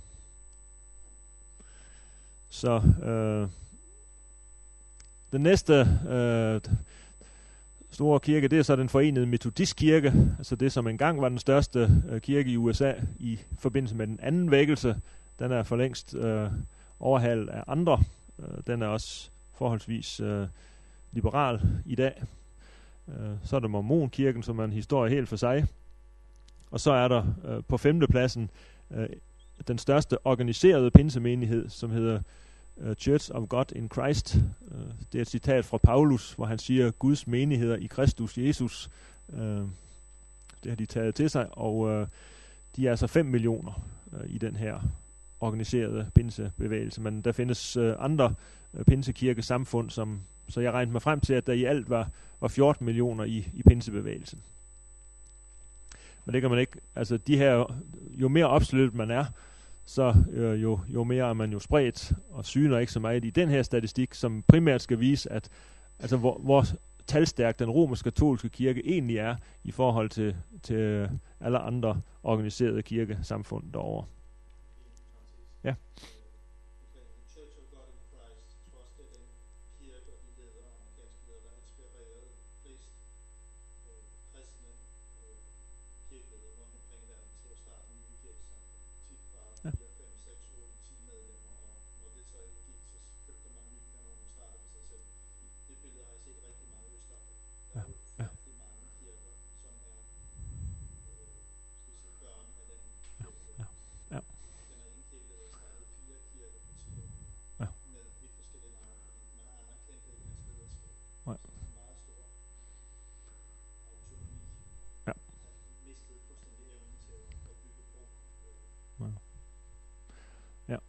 Så øh, den næste øh, store kirke, det er så den forenede metodistkirke, altså det, som engang var den største øh, kirke i U S A i forbindelse med den anden vækkelse. Den er for længst øh, overhalet af andre. Øh, den er også forholdsvis øh, liberal i dag. Øh, så er der Mormonkirken, som er en historie helt for sig. Og så er der øh, på femtepladsen øh, den største organiserede pinsemenighed, som hedder øh, Church of God in Christ. Øh, det er et citat fra Paulus, hvor han siger, Guds menigheder i Kristus Jesus. Øh, det har de taget til sig, og øh, de er altså fem millioner øh, i den her organiserede pinsebevægelse. Men der findes øh, andre øh, pinsekirkesamfund, som, så jeg regnede mig frem til, at der i alt var, var fjorten millioner i, i pinsebevægelsen. Men det kan man ikke, altså de her, jo mere opsluttet man er, så øh, jo, jo mere er man jo spredt, og syner ikke så meget i den her statistik, som primært skal vise, at altså hvor, hvor talstærk den romersk-katolske kirke egentlig er, i forhold til, til alle andre organiserede kirkesamfund derovre. Ja.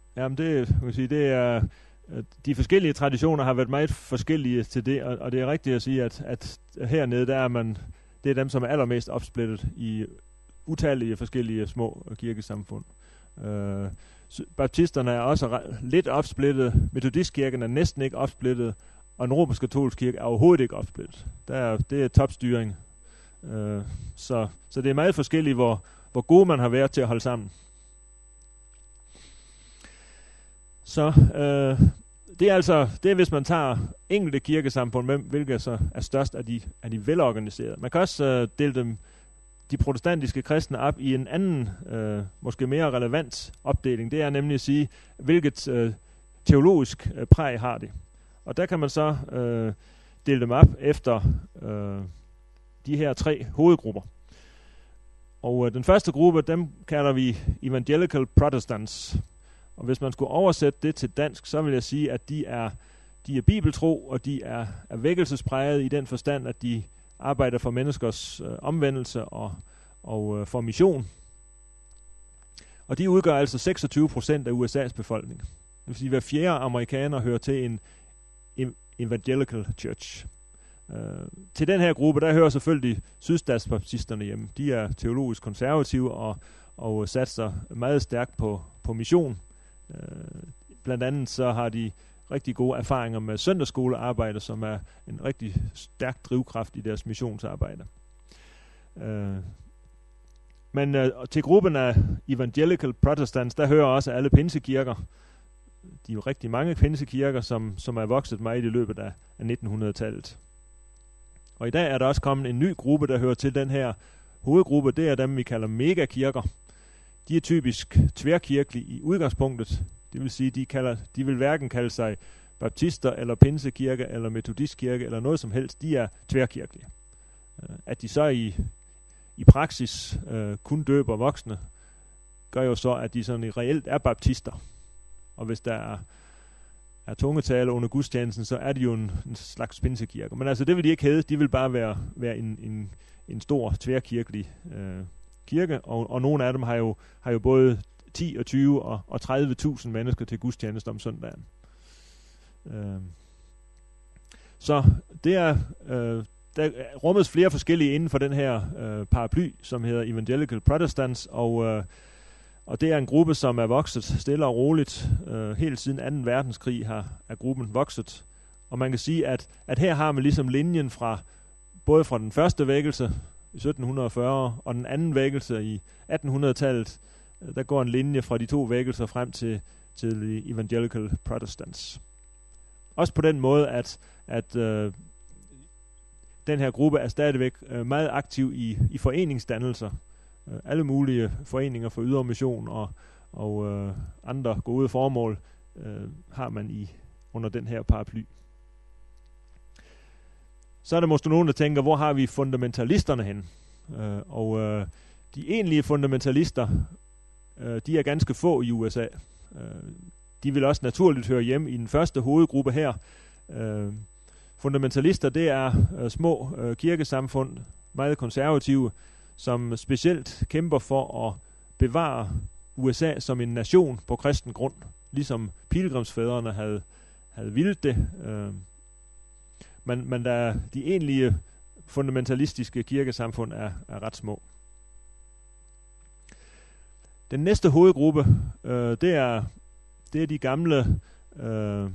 Jamen det, kan man sige, det er, de forskellige traditioner har været meget forskellige til det, og, og det er rigtigt at sige, at, at hernede, der er man, det er dem, som er allermest opsplittet i utallige forskellige små kirkesamfund. Øh, baptisterne er også re- lidt opsplittet, metodistkirken er næsten ikke opsplittet, og den romersk-katolske kirke er overhovedet ikke opsplittet. Der er, det er topstyring. Øh, så, så det er meget forskelligt, hvor, hvor god man har været til at holde sammen. Så øh, det er altså, det er hvis man tager enkelte kirkesamfund med, hvilke så er størst af de, af de velorganiserede. Man kan også øh, dele dem, de protestantiske kristne, op i en anden, øh, måske mere relevant opdeling. Det er nemlig at sige, hvilket øh, teologisk øh, præg har det. Og der kan man så øh, dele dem op efter øh, de her tre hovedgrupper. Og øh, den første gruppe, dem kalder vi Evangelical Protestants. Og hvis man skulle oversætte det til dansk, så vil jeg sige, at de er, de er bibeltro, og de er, er vækkelsespræget i den forstand, at de arbejder for menneskers øh, omvendelse og, og øh, for mission. Og de udgør altså seksogtyve procent af U S A's befolkning. Det vil sige, at hver fjerde amerikaner hører til en, en evangelical church. Uh, til den her gruppe, der hører selvfølgelig sydstatsbaptisterne hjemme. De er teologisk konservative og, og satser meget stærkt på, på mission. Uh, blandt andet så har de rigtig gode erfaringer med søndagsskolearbejde, som er en rigtig stærk drivkraft i deres missionsarbejde. Uh, men uh, til gruppen af Evangelical Protestants, der hører også alle pinsekirker. De er jo rigtig mange pinsekirker, som, som er vokset meget i løbet af, af nitten hundrede-tallet. Og i dag er der også kommet en ny gruppe, der hører til den her hovedgruppe. Det er dem, vi kalder megakirker. De er typisk tværkirkelige i udgangspunktet. Det vil sige, de, kalder, de vil hverken kalde sig baptister, eller pinsekirke, eller metodistkirke, eller noget som helst. De er tværkirkelige. At de så i, i praksis øh, kun døber voksne, gør jo så, at de sådan reelt er baptister. Og hvis der er, er tungetale under gudstjenesten, så er de jo en, en slags pinsekirke. Men altså, det vil de ikke hedde. De vil bare være, være en, en, en stor tværkirkelig øh, kirke. Og, og nogle af dem har jo, har jo både ti og tyve og, og tredive tusind mennesker til gudstjeneste om søndagen. Øh. Så det er, øh, der rummes flere forskellige inden for den her øh, paraply, som hedder Evangelical Protestants, og øh, Og det er en gruppe, som er vokset stille og roligt. Øh, helt siden anden verdenskrig har, er gruppen vokset. Og man kan sige, at, at her har man ligesom linjen fra både fra den første vækkelse i sytten fyrre og den anden vækkelse i attenhundredetallet. Der går en linje fra de to vækkelser frem til, til Evangelical Protestants. Også på den måde, at, at øh, den her gruppe er stadigvæk øh, meget aktiv i, i foreningsdannelser. Alle mulige foreninger for ydre mission og, og øh, andre gode formål øh, har man i under den her paraply. Så er der måske nogen, der tænker, hvor har vi fundamentalisterne hen? Øh, og øh, de egentlige fundamentalister, øh, de er ganske få i U S A. Øh, de vil også naturligt høre hjemme i den første hovedgruppe her. Øh, fundamentalister, det er øh, små øh, kirkesamfund, meget konservative, som specielt kæmper for at bevare U S A som en nation på kristen grund, ligesom pilgrimsfædrene havde, havde vildt det. Øh, men, men der, de egentlige fundamentalistiske kirkesamfund er, er ret små. Den næste hovedgruppe, øh, det, er, det er de gamle, øh,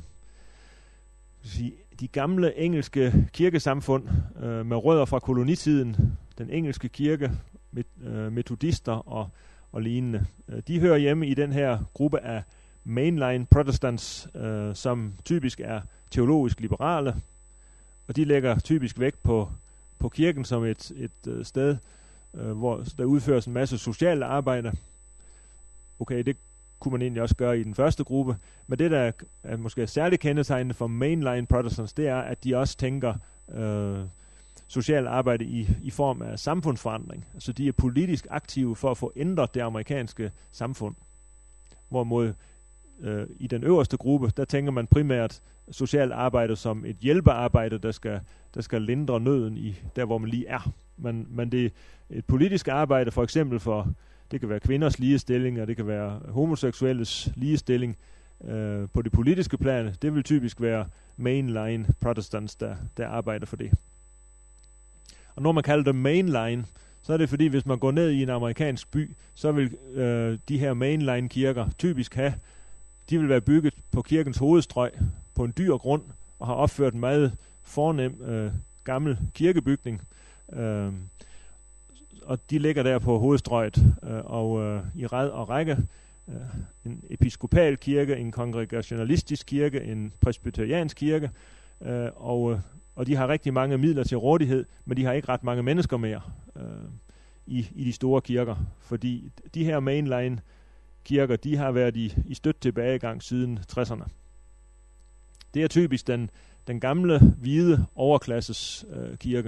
de gamle engelske kirkesamfund øh, med rødder fra kolonitiden. Den engelske kirke, metodister og, og lignende. De hører hjemme i den her gruppe af mainline protestants, øh, som typisk er teologisk liberale, og de lægger typisk vægt på, på kirken som et, et øh, sted, øh, hvor der udføres en masse socialt arbejde. Okay, det kunne man egentlig også gøre i den første gruppe, men det, der er måske særligt kendetegnende for mainline protestants, det er, at de også tænker øh, social arbejde i, i form af samfundsforandring. Altså de er politisk aktive for at få ændret det amerikanske samfund. Hvorimod øh, i den øverste gruppe, der tænker man primært social arbejde som et hjælpearbejde, der skal, der skal lindre nøden i der, hvor man lige er. Men, men det er et politisk arbejde, for eksempel for det kan være kvinders ligestilling, og det kan være homoseksuelles ligestilling øh, på det politiske plan. Det vil typisk være mainline protestants, der, der arbejder for det. Og når man kalder det mainline, så er det fordi, hvis man går ned i en amerikansk by, så vil øh, de her mainline kirker typisk have, de vil være bygget på kirkens hovedstrøg, på en dyr grund, og har opført en meget fornem øh, gammel kirkebygning. Øh, og de ligger der på hovedstrøget, øh, og øh, i rad og række. Øh, en episkopal kirke, en kongregationalistisk kirke, en presbyteriansk kirke, øh, og, øh, og de har rigtig mange midler til rådighed, men de har ikke ret mange mennesker mere øh, i, i de store kirker, fordi de her mainline kirker, de har været i, i støt tilbagegang siden tresserne. Det er typisk den, den gamle, hvide overklasses øh, kirke.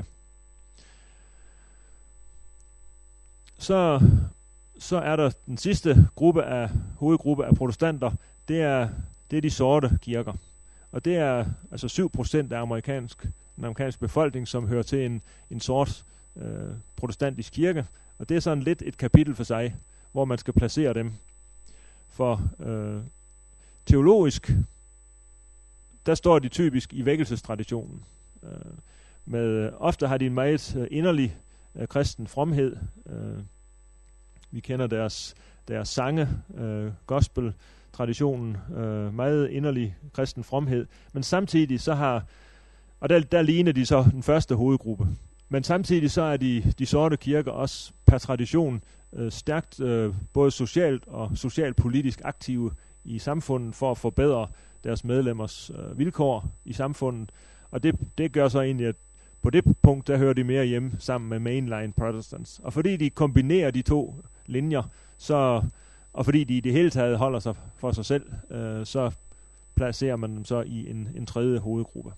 Så, så er der den sidste gruppe af, hovedgruppe af protestanter, det er, det er de sorte kirker. Og det er altså syv procent af amerikansk, den amerikanske befolkning, som hører til en, en sort øh, protestantisk kirke. Og det er sådan lidt et kapitel for sig, hvor man skal placere dem. For øh, teologisk, der står de typisk i vækkelsestraditionen. Øh, med, ofte har de en meget øh, inderlig øh, kristen fromhed. Øh, vi kender deres, deres sange, øh, gospel-traditionen, øh, meget inderlig kristen fromhed. Men samtidig så har, og der, der ligner de så den første hovedgruppe. Men samtidig så er de, de sorte kirker også per tradition øh, stærkt øh, både socialt og socialpolitisk aktive i samfundet for at forbedre deres medlemmers øh, vilkår i samfundet. Og det, det gør så egentlig, at på det punkt, der hører de mere hjemme sammen med mainline protestants. Og fordi de kombinerer de to linjer, så, og fordi de i det hele taget holder sig for sig selv, øh, så placerer man dem så i en, en tredje hovedgruppe.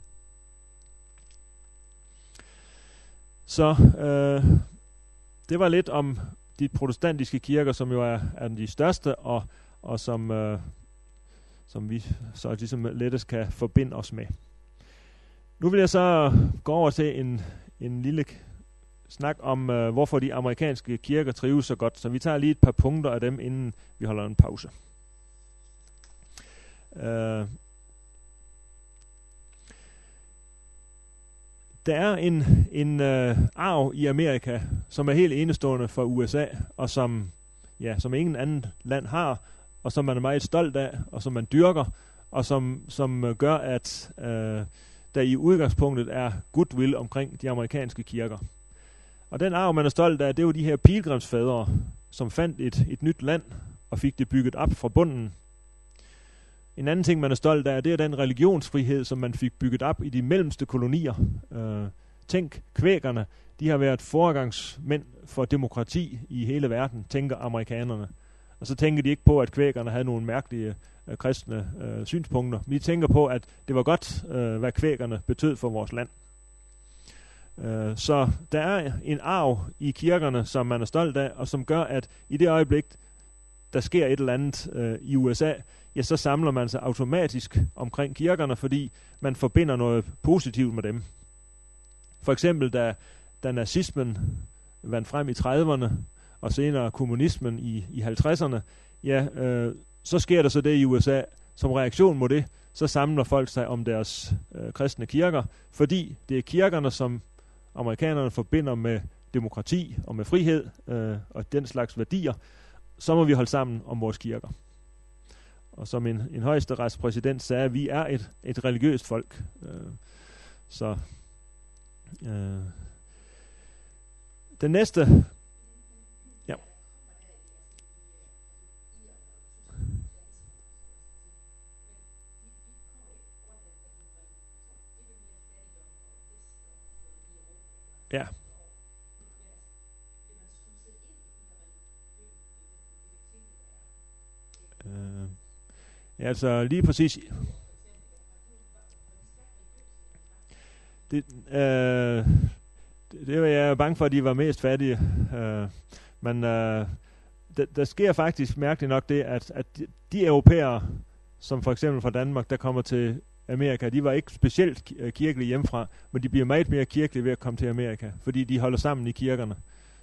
Så øh, det var lidt om de protestantiske kirker, som jo er, er de største, og, og som, øh, som vi så ligesom lettest kan forbinde os med. Nu vil jeg så gå over til en, en lille snak om, øh, hvorfor de amerikanske kirker trives så godt. Så vi tager lige et par punkter af dem, inden vi holder en pause. Øh, Der er en, en øh, arv i Amerika, som er helt enestående for U S A, og som, ja, som ingen anden land har, og som man er meget stolt af, og som man dyrker, og som, som gør, at øh, der i udgangspunktet er goodwill omkring de amerikanske kirker. Og den arv, man er stolt af, det er jo de her pilgrimsfædre, som fandt et, et nyt land, og fik det bygget op fra bunden. En anden ting, man er stolt af, det er den religionsfrihed, som man fik bygget op i de mellemste kolonier. Øh, tænk, kvækerne, de har været foregangsmænd for demokrati i hele verden, tænker amerikanerne. Og så tænker de ikke på, at kvækerne havde nogle mærkelige øh, kristne øh, synspunkter. Vi tænker på, at det var godt, øh, hvad kvækerne betød for vores land. Øh, så der er en arv i kirkerne, som man er stolt af, og som gør, at i det øjeblik, der sker et eller andet øh, i U S A, ja, så samler man sig automatisk omkring kirkerne, fordi man forbinder noget positivt med dem. For eksempel, da, da nazismen vandt frem i trediverne, og senere kommunismen i, i halvtredserne, ja, øh, så sker der så det i U S A. Som reaktion mod det, så samler folk sig om deres øh, kristne kirker, fordi det er kirkerne, som amerikanerne forbinder med demokrati og med frihed øh, og den slags værdier. Så må vi holde sammen om vores kirker. Og som en, en højesteretspræsident sagde, at vi er et, et religiøst folk. Øh, så øh, den næste... Ja. Ja. Øh, ja, altså lige præcis. Det, øh, det, det var jeg bange for, at de var mest fattige. Øh, men øh, der, der sker faktisk mærkeligt nok det, at, at de, de europæere, som for eksempel fra Danmark, der kommer til Amerika, de var ikke specielt kirkelige hjemmefra, men de bliver meget mere kirkelige ved at komme til Amerika, fordi de holder sammen i kirkerne.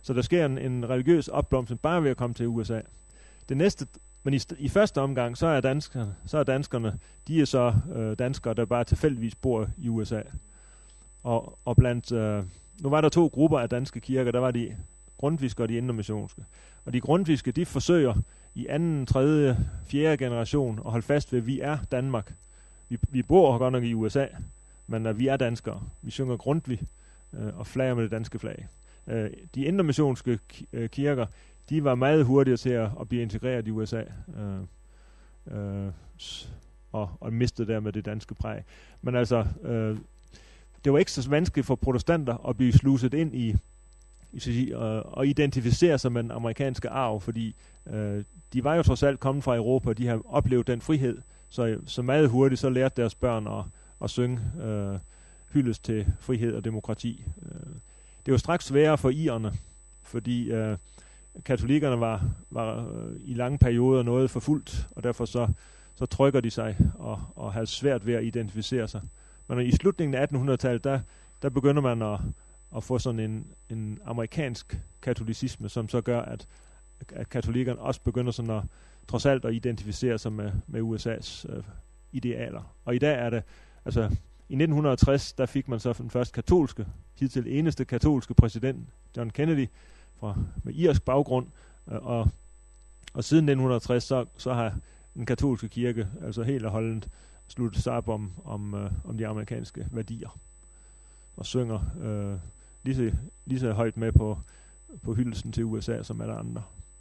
Så der sker en, en religiøs opblomstring bare ved at komme til U S A. Det næste, men i, i første omgang, så er danskerne, så er danskerne, de er så øh, danskere, der bare tilfældigvis bor i U S A. Og, og blandt, øh, nu var der to grupper af danske kirker, der var de grundtviske og de indremissionske. Og de grundtviske, de forsøger i anden, tredje, fjerde generation at holde fast ved, at vi er Danmark. Vi, vi bor godt nok i U S A, men uh, vi er danskere. Vi synger Grundtvig uh, og flager med det danske flag. Uh, de indremissionske ki- uh, kirker, de var meget hurtigere til at, at blive integreret i U S A. Uh, uh, og, og mistede dermed det danske præg. Men altså, uh, det var ikke så vanskeligt for protestanter at blive sluset ind i sige, og, og identificere sig med den amerikanske arv, fordi øh, de var jo trods alt kommet fra Europa, og de har oplevet den frihed, så, så meget hurtigt så lærte deres børn at, at synge øh, hyldest til frihed og demokrati. Øh, det var straks sværere for irerne, fordi øh, katolikkerne var, var øh, i lange perioder noget forfulgt, og derfor så, så trykker de sig og, og har svært ved at identificere sig. Men i slutningen af attenhundredetallet, der, der begynder man at og få sådan en, en amerikansk katolicisme, som så gør, at, at katolikkerne også begynder sådan at, trods alt at identificere sig med, med U S A's øh, idealer. Og i dag er det, altså i nitten tres, der fik man så den første katolske, hidtil eneste katolske præsident, John Kennedy, fra, med irsk baggrund, øh, og, og siden nitten tres, så, så har den katolske kirke altså helt og holdent sluttet sig op om, om, øh, om de amerikanske værdier, og synger øh, lige, så, lige så højt med på, på hyldelsen til U S A som alle andre.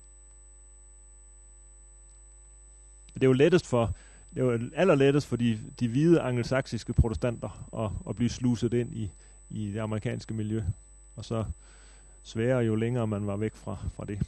Det er jo lettest for, det er jo allerlettest for de, de hvide angelsaksiske protestanter at, at blive sluset ind i, i det amerikanske miljø, og så sværere jo længere man var væk fra, fra det.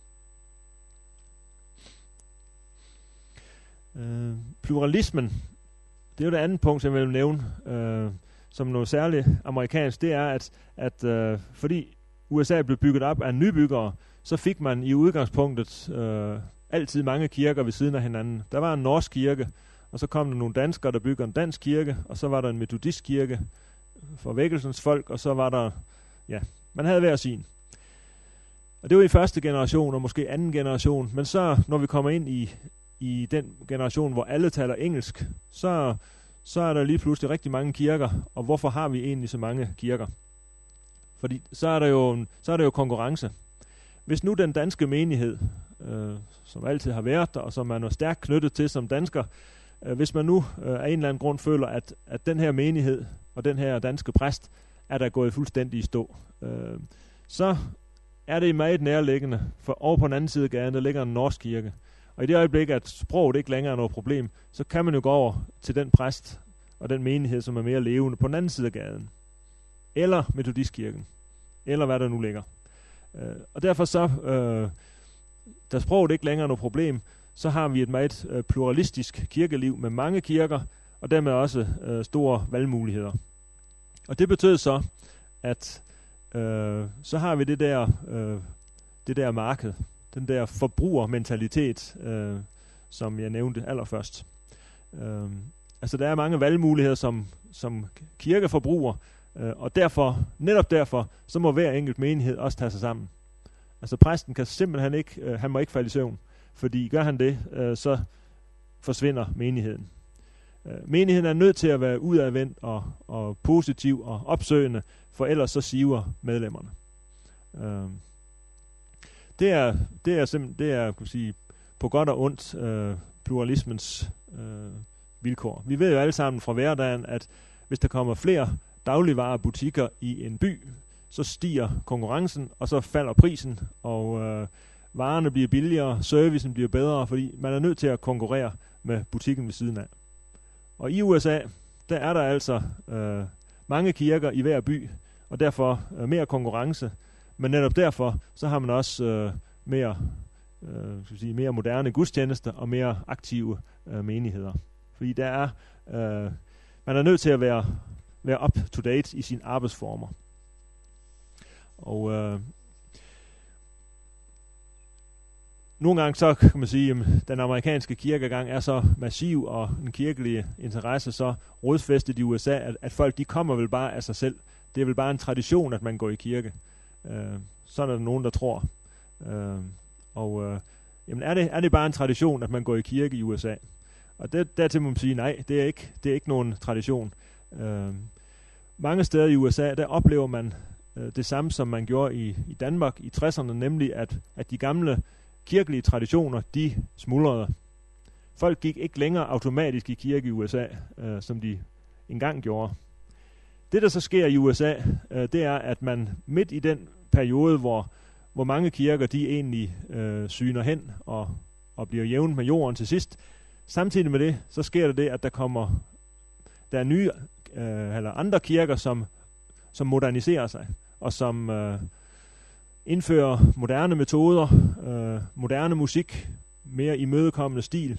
Øh, pluralismen, det er jo det andet punkt, som jeg vil nævne, øh, som noget særligt amerikansk, det er, at, at øh, fordi U S A blev bygget op af nybyggere, så fik man i udgangspunktet øh, altid mange kirker ved siden af hinanden. Der var en norsk kirke, og så kom der nogle danskere, der bygger en dansk kirke, og så var der en metodistkirke for vækkelsens folk, og så var der, ja, man havde hver sin. Og det var i første generation, og måske anden generation, men så, når vi kommer ind i, i den generation, hvor alle taler engelsk, så så er der lige pludselig rigtig mange kirker, og hvorfor har vi egentlig så mange kirker? Fordi så er der jo, så er der jo konkurrence. Hvis nu den danske menighed, øh, som altid har været der, og som man er stærkt knyttet til som dansker, øh, hvis man nu øh, af en eller anden grund føler, at, at den her menighed og den her danske præst er der gået fuldstændig i stå, øh, så er det meget nærliggende, for over på den anden side af gaden, der ligger en norsk kirke. Og i det øjeblik, at sproget ikke længere er noget problem, så kan man jo gå over til den præst og den menighed, som er mere levende på den anden side af gaden. Eller metodistkirken. Eller hvad der nu ligger. Øh, og derfor så, øh, da sproget ikke længere er noget problem, så har vi et meget øh, pluralistisk kirkeliv med mange kirker, og dermed også øh, store valgmuligheder. Og det betød så, at øh, så har vi det der, øh, det der marked, den der forbrugermentalitet, øh, som jeg nævnte allerførst. Øh, altså der er mange valgmuligheder som, som kirkeforbruger, øh, og derfor, netop derfor, så må hver enkelt menighed også tage sig sammen. Altså præsten kan simpelthen ikke, øh, han må ikke falde i søvn, fordi gør han det, øh, så forsvinder menigheden. Øh, menigheden er nødt til at være udadvendt og, og positiv og opsøgende, for ellers så siver medlemmerne. Øh, Det er, det er simpelthen, det er, kan sige, på godt og ondt øh, pluralismens øh, vilkår. Vi ved jo alle sammen fra hverdagen, at hvis der kommer flere dagligvarebutikker i en by, så stiger konkurrencen, og så falder prisen, og øh, varerne bliver billigere, servicen bliver bedre, fordi man er nødt til at konkurrere med butikken ved siden af. Og i U S A, der er der altså øh, mange kirker i hver by, og derfor øh, mere konkurrence. Men netop derfor, så har man også øh, mere, øh, skal sige, mere moderne gudstjenester og mere aktive øh, menigheder. Fordi der er, øh, man er nødt til at være, være up to date i sine arbejdsformer. Og øh, nogle gange så kan man sige, at den amerikanske kirkegang er så massiv, og den kirkelige interesse så rodfæstet i U S A, at, at folk de kommer vel bare af sig selv. Det er vel bare en tradition, at man går i kirke. Øh, sådan er der nogen, der tror. Øh, og øh, jamen er det, er det bare en tradition, at man går i kirke i U S A? Og det, dertil må man sige, nej, det er ikke, det er ikke nogen tradition. Øh, mange steder i U S A, der oplever man øh, det samme, som man gjorde i, i Danmark i tresserne, nemlig at, at de gamle kirkelige traditioner, de smuldrede. Folk gik ikke længere automatisk i kirke i U S A, øh, som de engang gjorde. Det, der så sker i U S A, øh, det er, at man midt i den periode, hvor, hvor mange kirker, de egentlig øh, syner hen og, og bliver jævnt med jorden til sidst, samtidig med det, så sker der det, at der kommer der er nye øh, eller andre kirker, som, som moderniserer sig, og som øh, indfører moderne metoder, øh, moderne musik, mere imødekommende stil.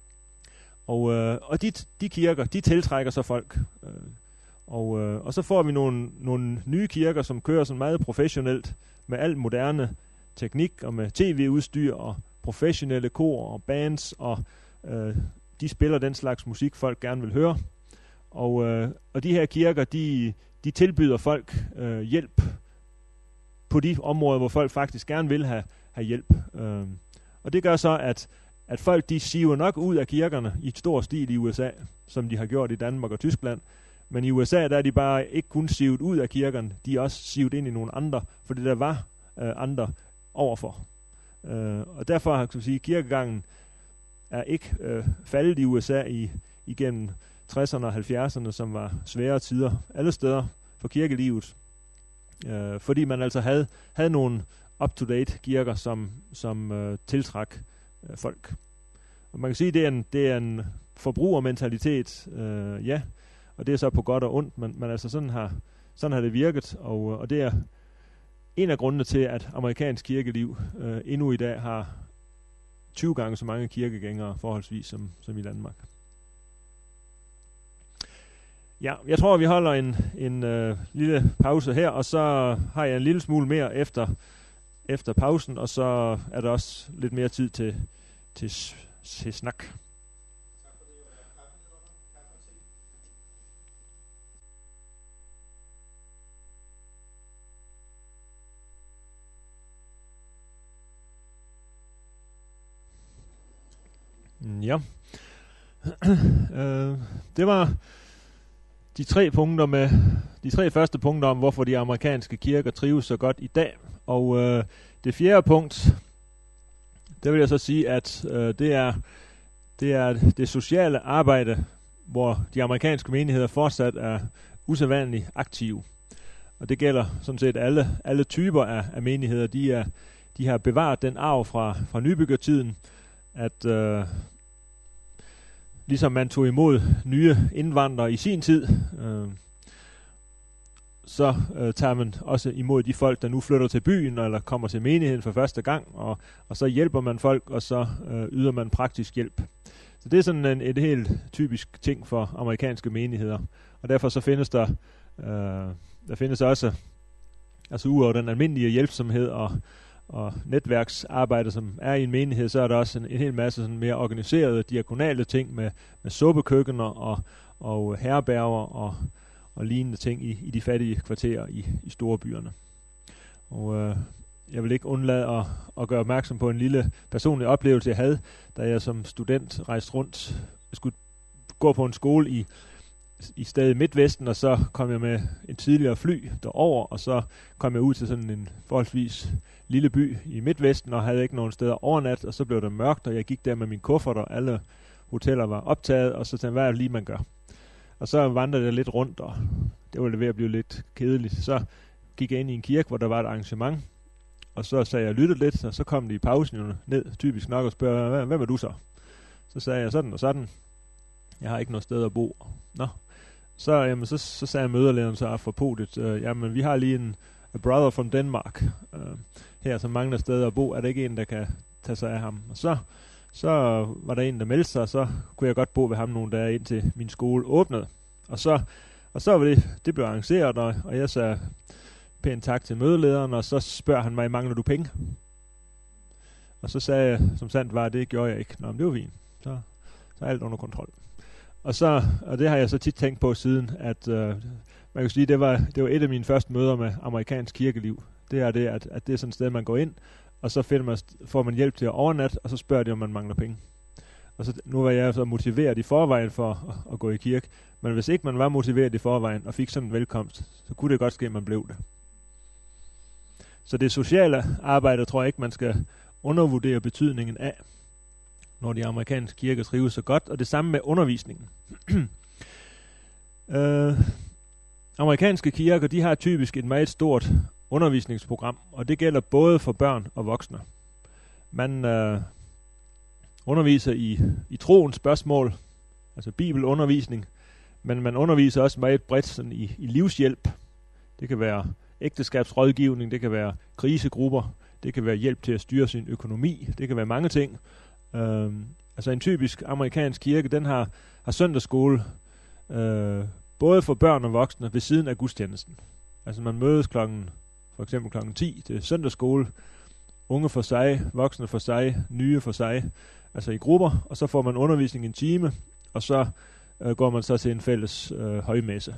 Og, øh, og de, de kirker, de tiltrækker så folk. Øh, og, øh, og så får vi nogle, nogle nye kirker, som kører sådan meget professionelt, med alt moderne teknik, og med tv-udstyr, og professionelle kor og bands, og øh, de spiller den slags musik, folk gerne vil høre. Og, øh, og de her kirker, de, de tilbyder folk øh, hjælp på de områder, hvor folk faktisk gerne vil have, have hjælp. Øh, og det gør så, at, at folk de siver nok ud af kirkerne i et stor stil i U S A, som de har gjort i Danmark og Tyskland. Men i U S A, der er de bare ikke kun sivet ud af kirkerne, de er også sivet ind i nogle andre, fordi der var øh, andre overfor. Øh, og derfor kan man sige, at kirkegangen er ikke øh, faldet i U S A i, igennem tresserne og halvfjerdserne, som var svære tider alle steder for kirkelivet. Øh, fordi man altså havde, havde nogle up-to-date kirker, som, som øh, tiltrak øh, folk. Og man kan sige, at det er en, det er en forbrugermentalitet, øh, ja, og det er så på godt og ondt, men, men altså sådan har, sådan har det virket, og, og det er en af grundene til, at amerikansk kirkeliv øh, endnu i dag har tyve gange så mange kirkegængere forholdsvis som, som i Danmark. Ja, jeg tror, vi holder en, en øh, lille pause her, og så har jeg en lille smule mere efter, efter pausen, og så er der også lidt mere tid til, til, til snak. Ja. øh, det var de tre punkter med de tre første punkter om, hvorfor de amerikanske kirker trives så godt i dag. Og øh, det fjerde punkt, det vil jeg så sige, at øh, det er det er det sociale arbejde, hvor de amerikanske menigheder fortsat er usædvanligt aktive. Og det gælder sådan set alle alle typer af, af menigheder. De er de har bevaret den arv fra fra nybyggertiden, at øh, ligesom man tog imod nye indvandrere i sin tid, øh, så øh, tager man også imod de folk, der nu flytter til byen, eller kommer til menigheden for første gang, og, og så hjælper man folk, og så øh, yder man praktisk hjælp. Så det er sådan en, et helt typisk ting for amerikanske menigheder. Og derfor så findes der, øh, der findes også, altså udover den almindelige hjælpsomhed og og netværksarbejde, som er i en menighed, så er der også en, en hel masse sådan mere organiserede, diakonale ting med, med suppekøkkener og, og herberger og, og lignende ting i, i de fattige kvarterer i, i store byerne. Og øh, jeg vil ikke undlade at, at gøre opmærksom på en lille personlig oplevelse, jeg havde, da jeg som student rejste rundt. Jeg skulle gå på en skole i i stedet Midtvesten, og så kom jeg med en tidligere fly derover, og så kom jeg ud til sådan en forholdsvis lille by i Midtvesten, og havde ikke nogen steder overnat, og så blev det mørkt, og jeg gik der med min kuffert, og alle hoteller var optaget, og så tænkte jeg, hvad er det lige, man gør? Og så vandrede jeg lidt rundt, og det var det ved at blive lidt kedeligt. Så gik jeg ind i en kirke, hvor der var et arrangement, og så sagde jeg, lyttede lidt, og så kom de i pausen jo ned, typisk nok, og spørger, hvem er du så? Så sagde jeg sådan og sådan. Jeg har ikke noget sted at bo. Nå. Så, jamen, så, så sagde møderlederen så fra podiet, øh, jamen vi har lige en a brother from Denmark øh, her, som mangler steder at bo. Er der ikke en, der kan tage sig af ham? Og så, så var der en, der meldte sig, og så kunne jeg godt bo ved ham nogle dage, indtil min skole åbnede. Og så, og så var det, det blev arrangeret, og, og jeg sagde pænt tak til mødelederen, og så spørger han mig, mangler du penge? Og så sagde jeg, som sandt var, det gjorde jeg ikke. Nå, men det var fint. Så, så er alt under kontrol. Og så, og det har jeg så tit tænkt på siden, at øh, man kan sige, det var det var et af mine første møder med amerikansk kirkeliv. Det er det, at, at det er sådan et sted, man går ind, og så finder man, får man hjælp til at overnatte, og så spørger de, om man mangler penge. Og så, nu var jeg så motiveret i forvejen for at, at gå i kirke, men hvis ikke man var motiveret i forvejen og fik sådan en velkomst, så kunne det godt ske, at man blev det. Så det sociale arbejde tror jeg ikke, man skal undervurdere betydningen af, når de amerikanske kirker trives så godt, og det samme med undervisningen. øh, amerikanske kirker, de har typisk et meget stort undervisningsprogram, og det gælder både for børn og voksne. Man øh, underviser i, i troens spørgsmål, altså bibelundervisning, men man underviser også meget bredt sådan i, i livshjælp. Det kan være ægteskabsrådgivning, det kan være krisegrupper, det kan være hjælp til at styre sin økonomi, det kan være mange ting. Øhm, altså en typisk amerikansk kirke, den har, har søndagsskole, øh, både for børn og voksne, ved siden af gudstjenesten. Altså man mødes klokken, for eksempel klokken ti til søndagsskole, unge for sig, voksne for sig, nye for sig, altså i grupper, og så får man undervisning en time, og så øh, går man så til en fælles øh, højmesse.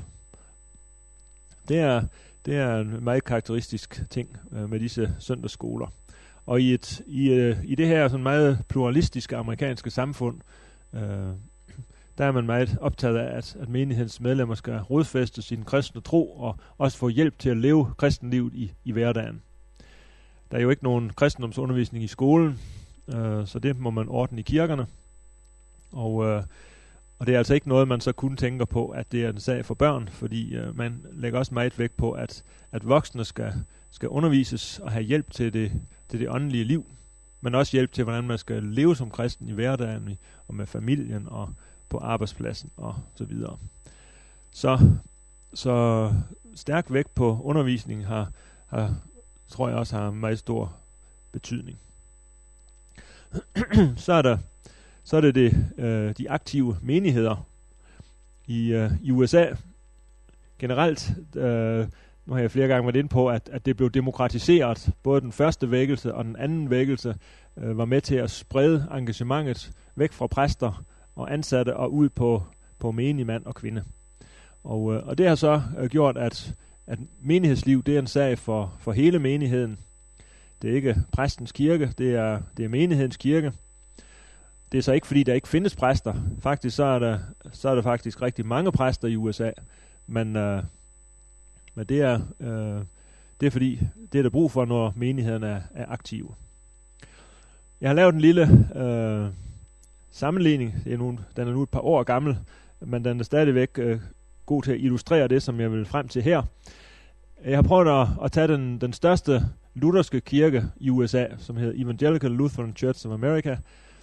Det er, det er en meget karakteristisk ting øh, med disse søndagsskoler. Og i, et, i, øh, i det her sådan meget pluralistiske amerikanske samfund, øh, der er man meget optaget af, at, at menighedens medlemmer skal rodfæste sin kristne tro, og også få hjælp til at leve kristenlivet i, i hverdagen. Der er jo ikke nogen kristendomsundervisning i skolen, øh, så det må man ordne i kirkerne. Og, øh, og det er altså ikke noget, man så kun tænker på, at det er en sag for børn, fordi øh, man lægger også meget vægt på, at, at voksne skal, skal undervises og have hjælp til det, til det åndelige liv, men også hjælp til, hvordan man skal leve som kristen i hverdagen, og med familien og på arbejdspladsen og så videre. Så, så stærk vægt på undervisning har, har, tror jeg også har meget stor betydning. så er der så er det, det øh, de aktive menigheder i, øh, i U S A. Generelt, øh, nu har jeg flere gange været inde på, at, at det blev demokratiseret. Både den første vækkelse og den anden vækkelse øh, var med til at sprede engagementet væk fra præster og ansatte og ud på, på menig mand og kvinde. Og, øh, og det har så øh, gjort, at, at menighedsliv, det er en sag for, for hele menigheden. Det er ikke præstens kirke, det er, det er menighedens kirke. Det er så ikke, fordi der ikke findes præster. Faktisk så er der, så er der faktisk rigtig mange præster i U S A, men, øh, men det, er, øh, det er fordi, det er der brug for, når menigheden er, er aktive. Jeg har lavet en lille øh, sammenligning. Det er nu, den er nu et par år gammel, men den er stadigvæk øh, god til at illustrere det, som jeg vil frem til her. Jeg har prøvet at, at tage den, den største lutherske kirke i U S A, som hedder Evangelical Lutheran Church of America,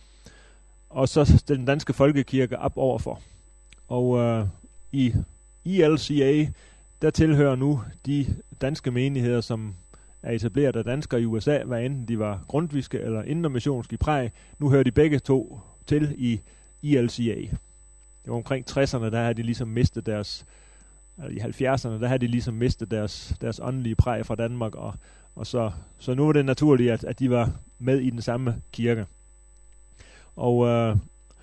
og så den danske folkekirke op overfor. Og øh, i I L C A, der tilhører nu de danske menigheder, som er etableret af danskere i U S A, hvad enten de var grundtviske eller indremissionske i præg. Nu hører de begge to til i I L C A. Det var omkring tresserne, der havde de ligesom mistet deres, eller i halvfjerdserne, der havde de ligesom mistet deres, deres åndelige præg fra Danmark, og, og så, så nu var det naturligt, at, at de var med i den samme kirke. Og øh,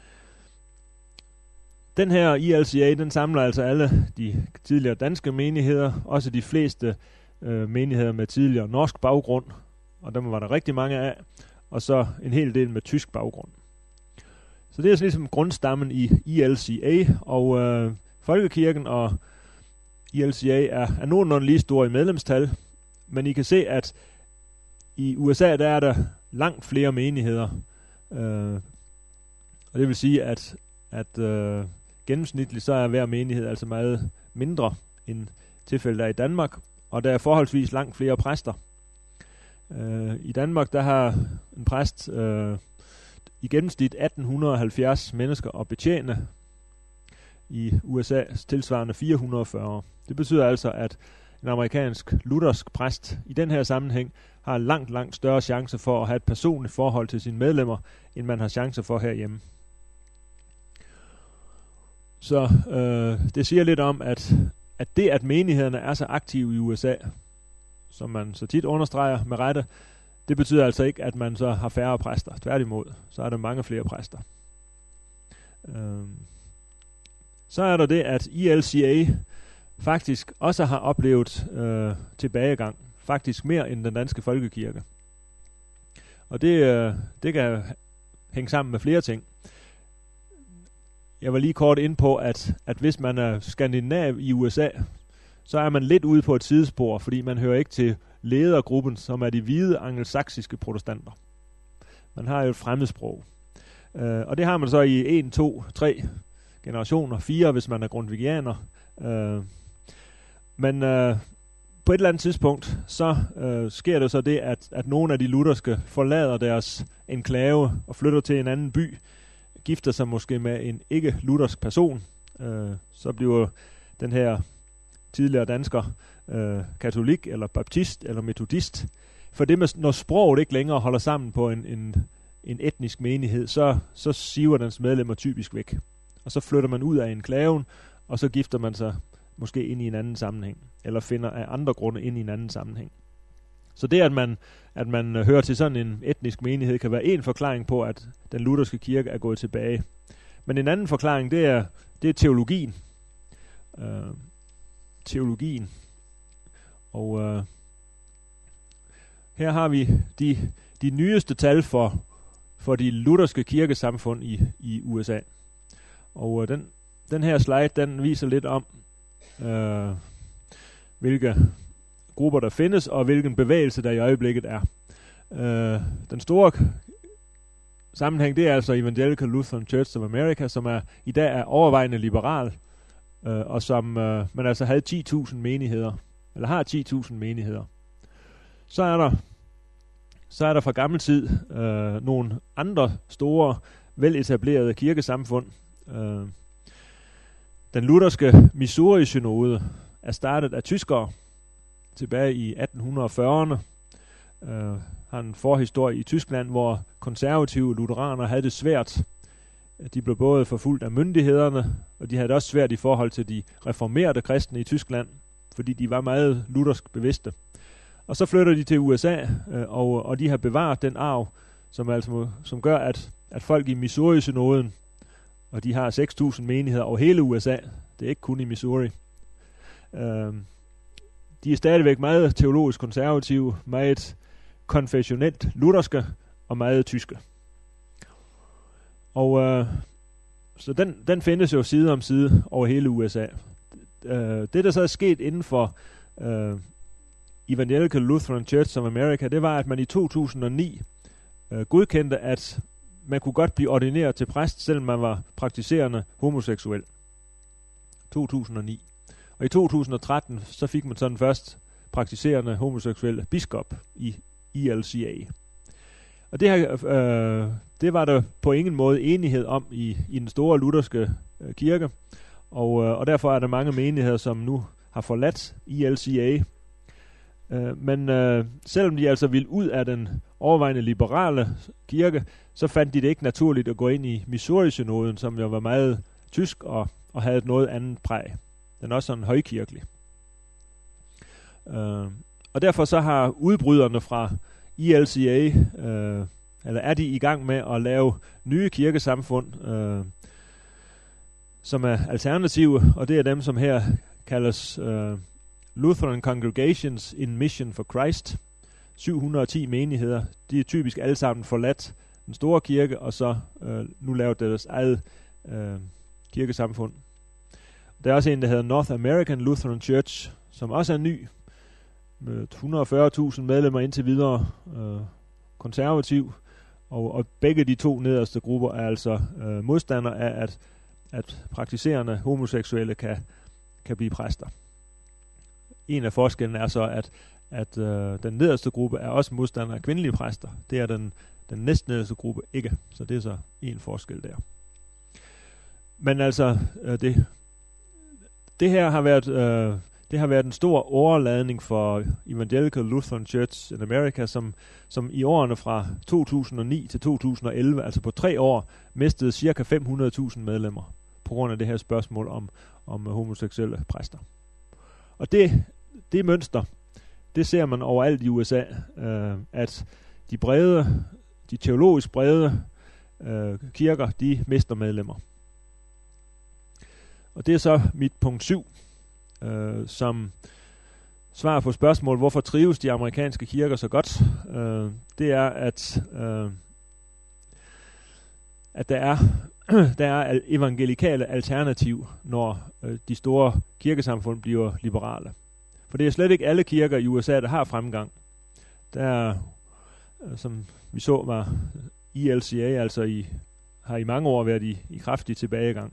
den her I L C A, den samler altså alle de tidligere danske menigheder, også de fleste øh, menigheder med tidligere norsk baggrund, og dem var der rigtig mange af, og så en hel del med tysk baggrund. Så det er altså ligesom grundstammen i I L C A, og øh, folkekirken og I L C A er, er nogenlunde lige store i medlemstal, men I kan se, at i U S A, der er der langt flere menigheder, øh, og det vil sige, at, at øh, gennemsnitligt så er hver menighed altså meget mindre end tilfældet er i Danmark, og der er forholdsvis langt flere præster. Øh, I Danmark, der har en præst øh, i gennemsnit atten halvfjerds mennesker at betjene. I U S A tilsvarende fire hundrede og fyrre. Det betyder altså, at en amerikansk luthersk præst i den her sammenhæng har langt, langt større chance for at have et personligt forhold til sine medlemmer, end man har chance for herhjemme. Så øh, det siger lidt om, at, at det, at menighederne er så aktive i U S A, som man så tit understreger med rette, det betyder altså ikke, at man så har færre præster. Tværtimod, så er der mange flere præster. Øh, så er der det, at I L C A faktisk også har oplevet øh, tilbagegang. faktisk mere end den danske folkekirke. Og det, øh, det kan hænge sammen med flere ting. Jeg var lige kort inde på, at, at hvis man er skandinav i U S A, så er man lidt ude på et sidespor, fordi man hører ikke til ledergruppen, som er de hvide angelsaksiske protestanter. Man har jo et fremmedsprog. Øh, og det har man så i en, to, tre generationer, fire, hvis man er grundtvigianer. Øh, men øh, på et eller andet tidspunkt, så øh, sker det så det, at, at nogle af de lutherske forlader deres enklave og flytter til en anden by, gifter sig måske med en ikke-luthersk person. Øh, så bliver den her tidligere dansker øh, katolik, eller baptist, eller metodist. For det med, når sproget ikke længere holder sammen på en, en, en etnisk menighed, så, så siver dens medlemmer typisk væk. Og så flytter man ud af enklaven, og så gifter man sig måske ind i en anden sammenhæng, eller finder af andre grunde ind i en anden sammenhæng. Så det, at man, at man hører til sådan en etnisk menighed, kan være en forklaring på, at den lutherske kirke er gået tilbage. Men en anden forklaring, det er, det er teologien. Øh, teologien. Og øh, her har vi de, de nyeste tal for, for de lutherske kirkesamfund i, i U S A. Og øh, den, den her slide, den viser lidt om, øh, hvilke grupper der findes, og hvilken bevægelse der i øjeblikket er. Øh, den store sammenhæng, det er altså Evangelical Lutheran Church of America, som er i dag er overvejende liberal, øh, og som øh, man altså havde ti tusind menigheder, eller har ti tusind menigheder. Så er der, så er der fra gammel tid øh, nogle andre store, veletablerede kirkesamfund. Øh, den lutherske Missouri-synode er startet af tyskere tilbage i atten fyrrerne. Øh, har en forhistorie i Tyskland, hvor konservative lutheranere havde det svært. De blev både forfulgt af myndighederne, og de havde det også svært i forhold til de reformerede kristne i Tyskland, fordi de var meget luthersk bevidste. Og så flytter de til U S A, øh, og, og de har bevaret den arv, som, altså, som gør, at, at folk i Missouri-synoden, og de har seks tusind menigheder over hele U S A, det er ikke kun i Missouri, øh, de er stadigvæk meget teologisk konservative, meget konfessionelt lutherske og meget tyske. Og øh, så den, den findes jo side om side over hele U S A. Øh, det, der så er sket inden for øh, Evangelical Lutheran Church of America, det var, at man i to tusind og ni øh, godkendte, at man kunne godt blive ordineret til præst, selvom man var praktiserende homoseksuel. to tusind og ni. Og i to tusind og tretten, så fik man sådan først praktiserende homoseksuelle biskop i E L C A. Og det her, øh, det var der på ingen måde enighed om i, i den store lutherske øh, kirke, og, øh, og derfor er der mange menigheder, som nu har forladt E L C A. Øh, men øh, selvom de altså ville ud af den overvejende liberale kirke, så fandt de det ikke naturligt at gå ind i Missouri-synoden, som jo var meget tysk og, og havde et noget andet præg. Den er også sådan højkirkelig. Øh, og derfor så har udbryderne fra E L C A, øh, eller er de i gang med at lave nye kirkesamfund, øh, som er alternative, og det er dem, som her kaldes øh, Lutheran Congregations in Mission for Christ. syv hundrede og ti menigheder, de er typisk alle sammen forladt den store kirke, og så øh, nu lavet deres eget øh, kirkesamfund. Der er også en, der hedder North American Lutheran Church, som også er ny, med et hundrede og fyrre tusind medlemmer indtil videre, øh, konservativ, og, og begge de to nederste grupper er altså øh, modstandere af, at, at praktiserende homoseksuelle kan, kan blive præster. En af forskellene er så, at, at øh, den nederste gruppe er også modstander af kvindelige præster. Det er den, den næstnederste gruppe ikke, så det er så en forskel der. Men altså, øh, det, det her har været... Øh, Det har været en stor overladning for Evangelical Lutheran Church in America, som, som i årene fra to tusind og ni til to tusind og elleve, altså på tre år, mistede cirka fem hundrede tusind medlemmer på grund af det her spørgsmål om, om homoseksuelle præster. Og det, det mønster, det ser man overalt i U S A, øh, at de brede, de teologisk brede øh, kirker, de mister medlemmer. Og det er så mit punkt syv. Uh, som, svar på spørgsmål, hvorfor trives de amerikanske kirker så godt, øh, det er, at, øh, at der er, der er evangelikale alternativ, når øh, de store kirkesamfund bliver liberale. For det er slet ikke alle kirker i U S A, der har fremgang. Der er, øh, som vi så, var I L C A, altså i, har i mange år været i, i kraftig tilbagegang.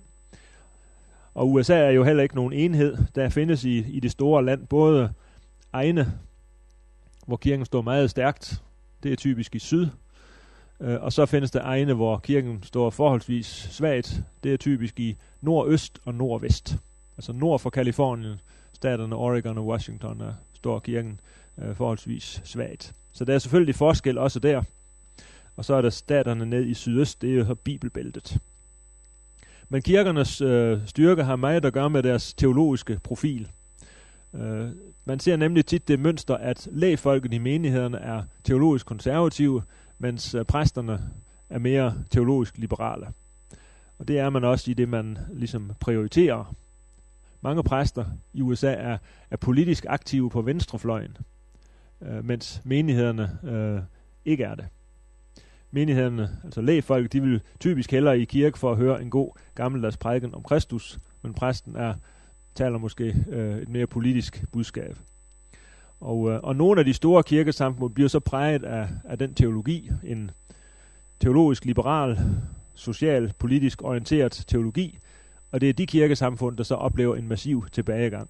Og U S A er jo heller ikke nogen enhed. Der findes i, i det store land både egne, hvor kirken står meget stærkt. Det er typisk i syd. Øh, og så findes der egne, hvor kirken står forholdsvis svagt. Det er typisk i nordøst og nordvest. Altså nord for Kalifornien, staterne Oregon og Washington, er, står kirken øh, forholdsvis svagt. Så der er selvfølgelig forskel også der. Og så er der staterne ned i sydøst, det er jo bibelbæltet. Men kirkernes øh, styrke har meget at gøre med deres teologiske profil. Øh, man ser nemlig tit det mønster, at lægfolket i menighederne er teologisk konservative, mens øh, præsterne er mere teologisk liberale. Og det er man også i det, man ligesom prioriterer. Mange præster i U S A er, er politisk aktive på venstrefløjen, øh, mens menighederne øh, ikke er det. Menighederne, altså lægfolk, de vil typisk hellere i kirke for at høre en god gammeldags prædiken om Kristus, men præsten er, taler måske øh, et mere politisk budskab. Og, øh, og nogle af de store kirkesamfund bliver så præget af, af den teologi, en teologisk liberal, social, politisk orienteret teologi, og det er de kirkesamfund, der så oplever en massiv tilbagegang.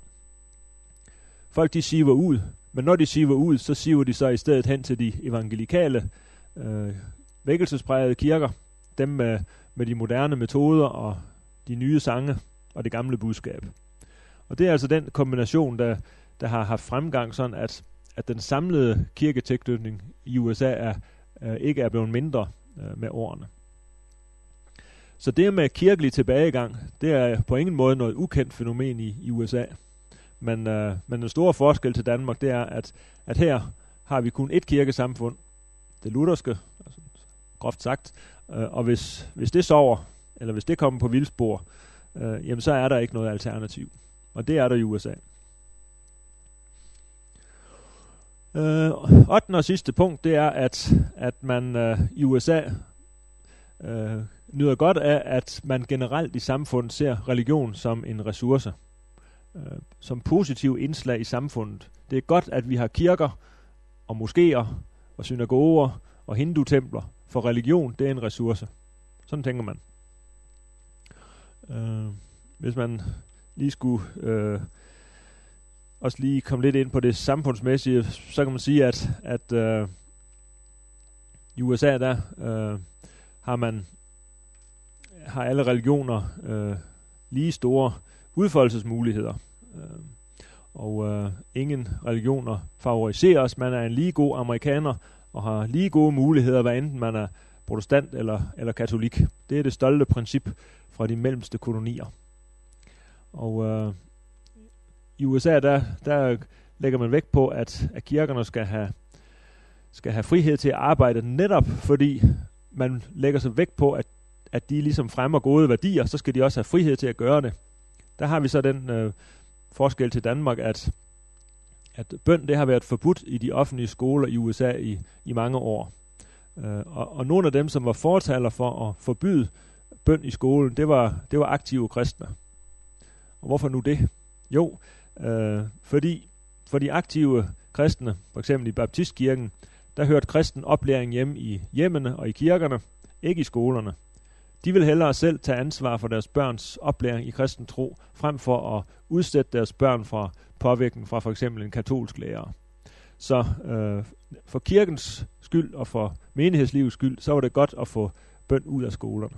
Folk de siver ud, men når de siver ud, så siver de så i stedet hen til de evangelikale, øh, vækkelsesprægede kirker, dem med, med de moderne metoder og de nye sange og det gamle budskab. Og det er altså den kombination, der, der har haft fremgang, sådan at, at den samlede kirketilknytning i U S A er, øh, ikke er blevet mindre øh, med årene. Så det med kirkelig tilbagegang, det er på ingen måde noget ukendt fænomen i, i U S A. Men, øh, men den store forskel til Danmark, det er, at, at her har vi kun ét kirkesamfund, det lutherske, altså groft sagt, øh, og hvis, hvis det sover, eller hvis det kommer på vildspor, øh, jamen så er der ikke noget alternativ. Og det er der i U S A. Øh, ottende og sidste punkt, det er, at, at man øh, i U S A øh, nyder godt af, at man generelt i samfundet ser religion som en ressource, øh, som positiv indslag i samfundet. Det er godt, at vi har kirker og moskéer og synagoger og hindutempler, for religion, det er en ressource. Sådan tænker man. Øh, hvis man lige skulle øh, også lige komme lidt ind på det samfundsmæssige, så kan man sige, at, at øh, i U S A, der øh, har man har alle religioner øh, lige store udfoldelsesmuligheder. Øh, og øh, ingen religioner favoriseres. Man er en lige god amerikaner, og har lige gode muligheder, hvad enten man er protestant eller, eller katolik. Det er det stolte princip fra de mellemste kolonier. Og øh, i U S A, der, der lægger man vægt på, at, at kirkerne skal have, skal have frihed til at arbejde, netop fordi man lægger sig vægt på, at, at de ligesom fremmer gode værdier, så skal de også have frihed til at gøre det. Der har vi så den øh, forskel til Danmark, at at bøn, det har været forbudt i de offentlige skoler i U S A i, i mange år. Øh, og, og nogle af dem, som var fortaler for at forbyde bøn i skolen, det var, det var aktive kristne. Og hvorfor nu det? Jo, øh, fordi for de aktive kristne, for eksempel i baptistkirken, der hørte kristen oplæring hjemme i hjemmene og i kirkerne, ikke i skolerne. De vil hellere selv tage ansvar for deres børns oplæring i kristen tro, frem for at udsætte deres børn fra påvirkning fra for eksempel en katolsk lærer. Så øh, for kirkens skyld og for menighedslivets skyld, så var det godt at få bøn ud af skolerne.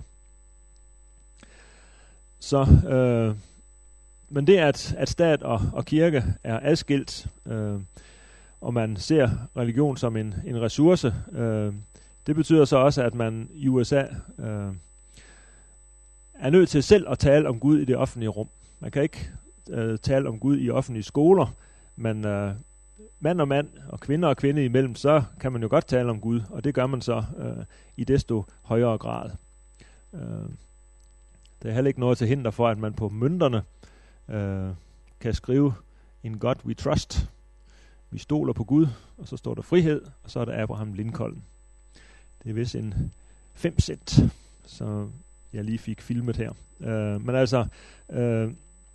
Så, øh, men det at, at stat og, og kirke er adskilt, øh, og man ser religion som en, en ressource, øh, det betyder så også, at man i U S A øh, er nødt til selv at tale om Gud i det offentlige rum. Man kan ikke øh, tale om Gud i offentlige skoler, men øh, mand og mand og kvinder og kvinde imellem, så kan man jo godt tale om Gud, og det gør man så øh, i desto højere grad. Øh, der er heller ikke noget til hinder for, at man på mønterne øh, kan skrive "In God we trust", vi stoler på Gud, og så står der frihed, og så er der Abraham Lincoln. Det er vist en fem cent, så jeg lige fik filmet her. Uh, men altså, uh,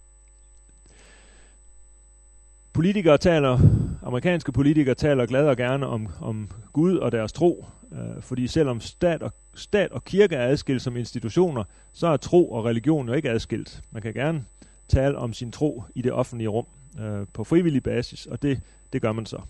politikere taler, amerikanske politikere taler glad og gerne om, om Gud og deres tro, uh, fordi selvom stat og, stat og kirke er adskilt som institutioner, så er tro og religion jo ikke adskilt. Man kan gerne tale om sin tro i det offentlige rum uh, på frivillig basis, og det, det gør man så.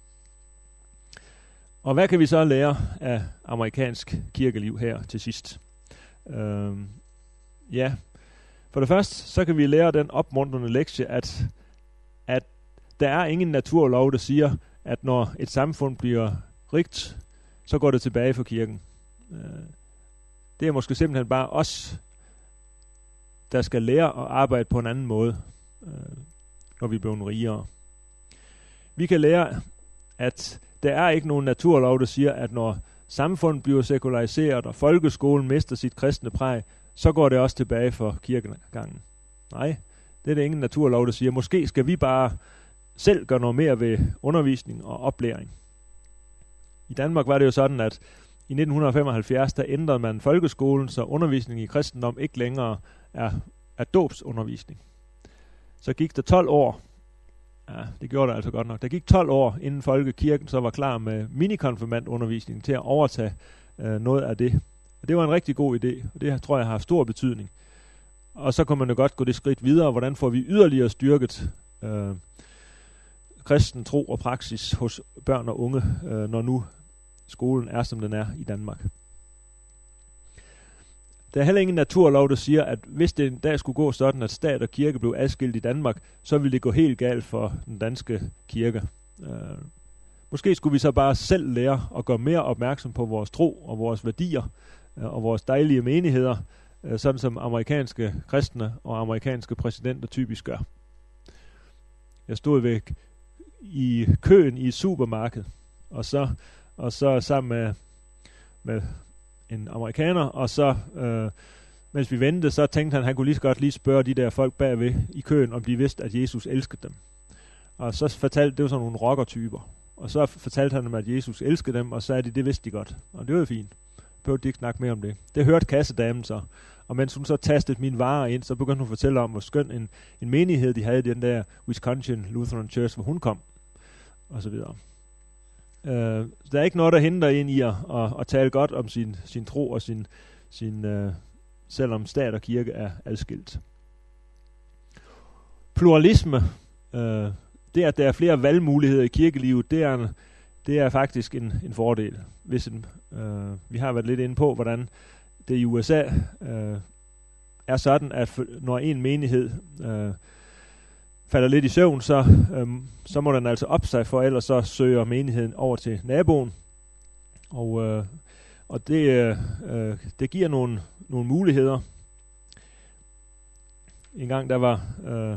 Og hvad kan vi så lære af amerikansk kirkeliv her til sidst? Uh, ja, for det første, så kan vi lære den opmuntrende lektie, at, at der er ingen naturlov, der siger, at når et samfund bliver rigt, så går det tilbage for kirken. Uh, det er måske simpelthen bare os, der skal lære at arbejde på en anden måde, uh, når vi bliver rigere. Vi kan lære, at der er ikke nogen naturlov, der siger, at når samfundet bliver sekulariseret, og folkeskolen mister sit kristne præg, så går det også tilbage for kirkegangen. Nej, det er der ingen naturlov, der siger. Måske skal vi bare selv gøre noget mere ved undervisning og oplæring. I Danmark var det jo sådan, at i nitten femoghalvfjerds, der ændrede man folkeskolen, så undervisning i kristendom ikke længere er, er dåbsundervisning. Så gik der tolv år, ja, det gjorde det altså godt nok, der gik tolv år, inden folkekirken så var klar med minikonfirmandundervisning til at overtage øh, noget af det. Og det var en rigtig god idé, og det tror jeg har haft stor betydning. Og så kan man jo godt gå det skridt videre, hvordan får vi yderligere styrket øh, kristen tro og praksis hos børn og unge, øh, når nu skolen er, som den er i Danmark. Der er heller ingen naturlov, der siger, at hvis det en dag skulle gå sådan, at stat og kirke blev adskilt i Danmark, så ville det gå helt galt for den danske kirke. Øh, måske skulle vi så bare selv lære at gøre mere opmærksom på vores tro og vores værdier øh, og vores dejlige menigheder, øh, sådan som amerikanske kristne og amerikanske præsidenter typisk gør. Jeg stod ved i køen i et supermarked, og så, og så sammen med, med en amerikaner, og så, øh, mens vi ventede, så tænkte han, han kunne lige så godt lige spørge de der folk bagved i køen, om de vidste, at Jesus elskede dem. Og så fortalte, det var sådan nogle rockertyper, og så fortalte han dem, at Jesus elskede dem, og så sagde de, det vidste de godt. Og det var fint. Behøvede de ikke snakke mere om det. Det hørte kassedamen så. Og mens hun så tastede mine varer ind, så begyndte hun at fortælle om, hvor skøn en, en menighed, de havde i den der Wisconsin Lutheran Church, hvor hun kom, og så videre. Uh, så der er ikke noget, der hindrer en i at, at, at tale godt om sin, sin tro og sin, sin uh, selvom stat og kirke er adskilt. Pluralisme, uh, det at der er flere valgmuligheder i kirkelivet, det er, det er faktisk en, en fordel. Hvis en, uh, vi har været lidt inde på, hvordan det i U S A uh, er sådan, at når en menighed uh, falder lidt i søvn, så, øhm, så må den altså op sig, for ellers så søger menigheden over til naboen. Og, øh, og det, øh, det giver nogle, nogle muligheder. En gang der var... Øh,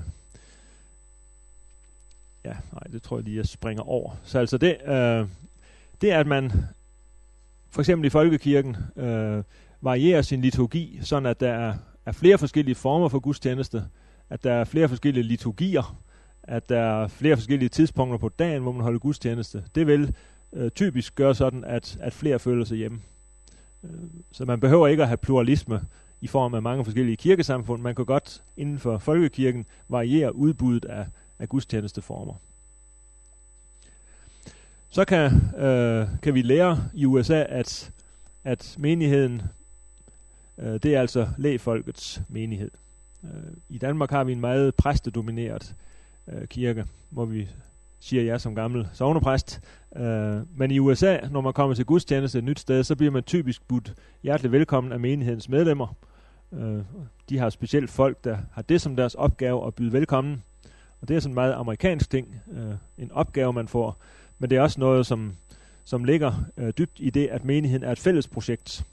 ja, nej, det tror jeg lige, jeg springer over. Så altså det, øh, det er, at man for eksempel i folkekirken øh, varierer sin liturgi, sådan at der er, er flere forskellige former for gudstjeneste, at der er flere forskellige liturgier, at der er flere forskellige tidspunkter på dagen, hvor man holder gudstjeneste. Det vil øh, typisk gøre sådan, at, at flere føler sig hjemme. Øh, så man behøver ikke at have pluralisme i form af mange forskellige kirkesamfund. Man kan godt inden for folkekirken variere udbuddet af, af gudstjenesteformer. Så kan, øh, kan vi lære i U S A, at, at menigheden, øh, det er altså lægfolkets menighed. I Danmark har vi en meget præstedomineret øh, kirke, hvor vi siger ja som gammel sognepræst. Øh, men i U S A, når man kommer til gudstjeneste et nyt sted, så bliver man typisk budt hjertelig velkommen af menighedens medlemmer. Øh, de har specielt folk, der har det som deres opgave at byde velkommen. Og det er sådan en meget amerikansk ting, øh, en opgave man får. Men det er også noget, som, som ligger øh, dybt i det, at menigheden er et fælles projekt.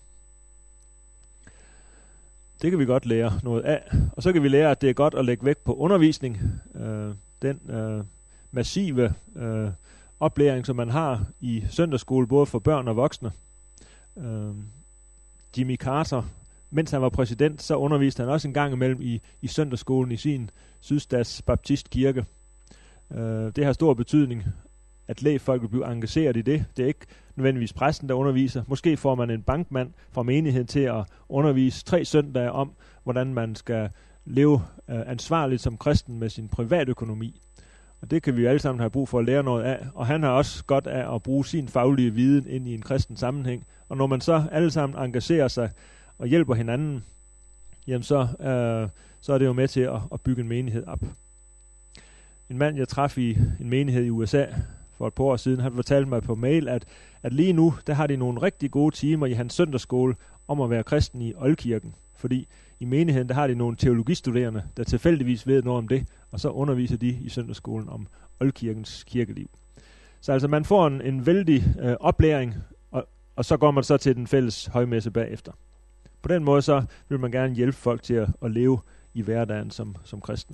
Det kan vi godt lære noget af. Og så kan vi lære, at det er godt at lægge vægt på undervisning. Øh, den øh, massive øh, oplæring, som man har i søndagsskole, både for børn og voksne. Øh, Jimmy Carter, mens han var præsident, så underviste han også en gang imellem i, i søndagsskolen i sin Sydstats Baptist Kirke. Øh, det har stor betydning, at lægfolk vil blive engageret i det. Det er ikke nødvendigvis præsten, der underviser. Måske får man en bankmand fra menigheden til at undervise tre søndage om, hvordan man skal leve øh, ansvarligt som kristen med sin privatøkonomi. Og det kan vi jo alle sammen have brug for at lære noget af. Og han har også godt af at bruge sin faglige viden ind i en kristen sammenhæng. Og når man så alle sammen engagerer sig og hjælper hinanden, jamen så, øh, så er det jo med til at, at bygge en menighed op. En mand, jeg traf i en menighed i U S A for et par år siden, han fortalte mig på mail, at, at lige nu, der har de nogle rigtig gode timer i hans søndagsskole om at være kristen i Oldkirken. Fordi i menigheden, der har de nogle teologistuderende, der tilfældigvis ved noget om det, og så underviser de i søndagsskolen om Oldkirkens kirkeliv. Så altså, man får en, en vældig øh, oplæring, og, og så går man så til den fælles højmesse bagefter. På den måde, så vil man gerne hjælpe folk til at, at leve i hverdagen som, som kristne.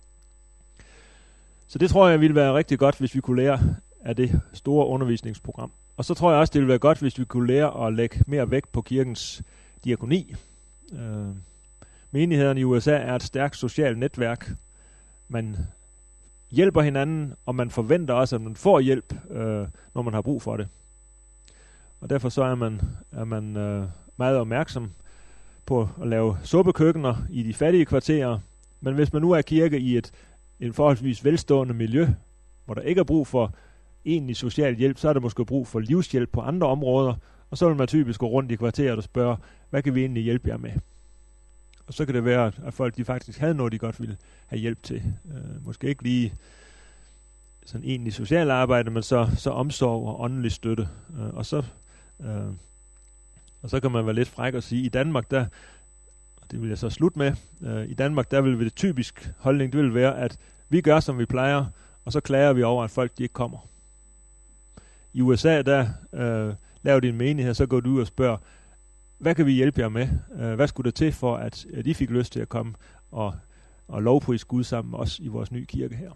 Så det tror jeg ville være rigtig godt, hvis vi kunne lære af det store undervisningsprogram. Og så tror jeg også, det ville være godt, hvis vi kunne lære at lægge mere vægt på kirkens diakoni. Øh, menighederne i U S A er et stærkt socialt netværk. Man hjælper hinanden, og man forventer også, at man får hjælp, øh, når man har brug for det. Og derfor så er man, er man øh, meget opmærksom på at lave suppekøkkener i de fattige kvarterer. Men hvis man nu er kirke i et en forholdsvis velstående miljø, hvor der ikke er brug for egentlig social hjælp, så er der måske brug for livshjælp på andre områder, og så vil man typisk gå rundt i kvarteret og spørge, hvad kan vi egentlig hjælpe jer med? Og så kan det være, at folk de faktisk havde noget, de godt ville have hjælp til. Øh, måske ikke lige sådan egentlig social arbejde, men så, så omsorg og åndelig støtte. Øh, og, så, øh, og så kan man være lidt fræk og sige, i Danmark, der det vil jeg så slutte med. Øh, I Danmark, der vil det typisk holdning, det vil være, at vi gør, som vi plejer, og så klager vi over, at folk de ikke kommer. I U S A, der øh, laver de en menighed, så går du ud og spørger, hvad kan vi hjælpe jer med? Øh, hvad skulle der til for, at, at I fik lyst til at komme og, og lovprise Gud sammen med os i vores nye kirke her?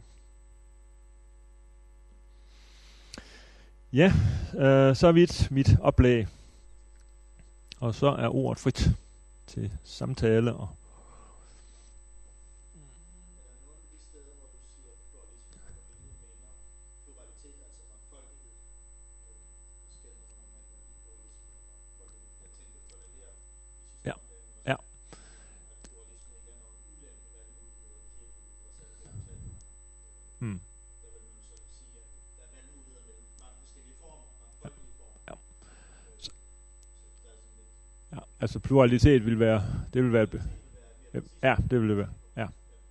Ja, øh, så er vidt mit oplæg. Og så er ordet frit til samtale og ja, ja. Hmm. Ja, altså pluralitet vil være, det vil være, ja, det vil det være, ja.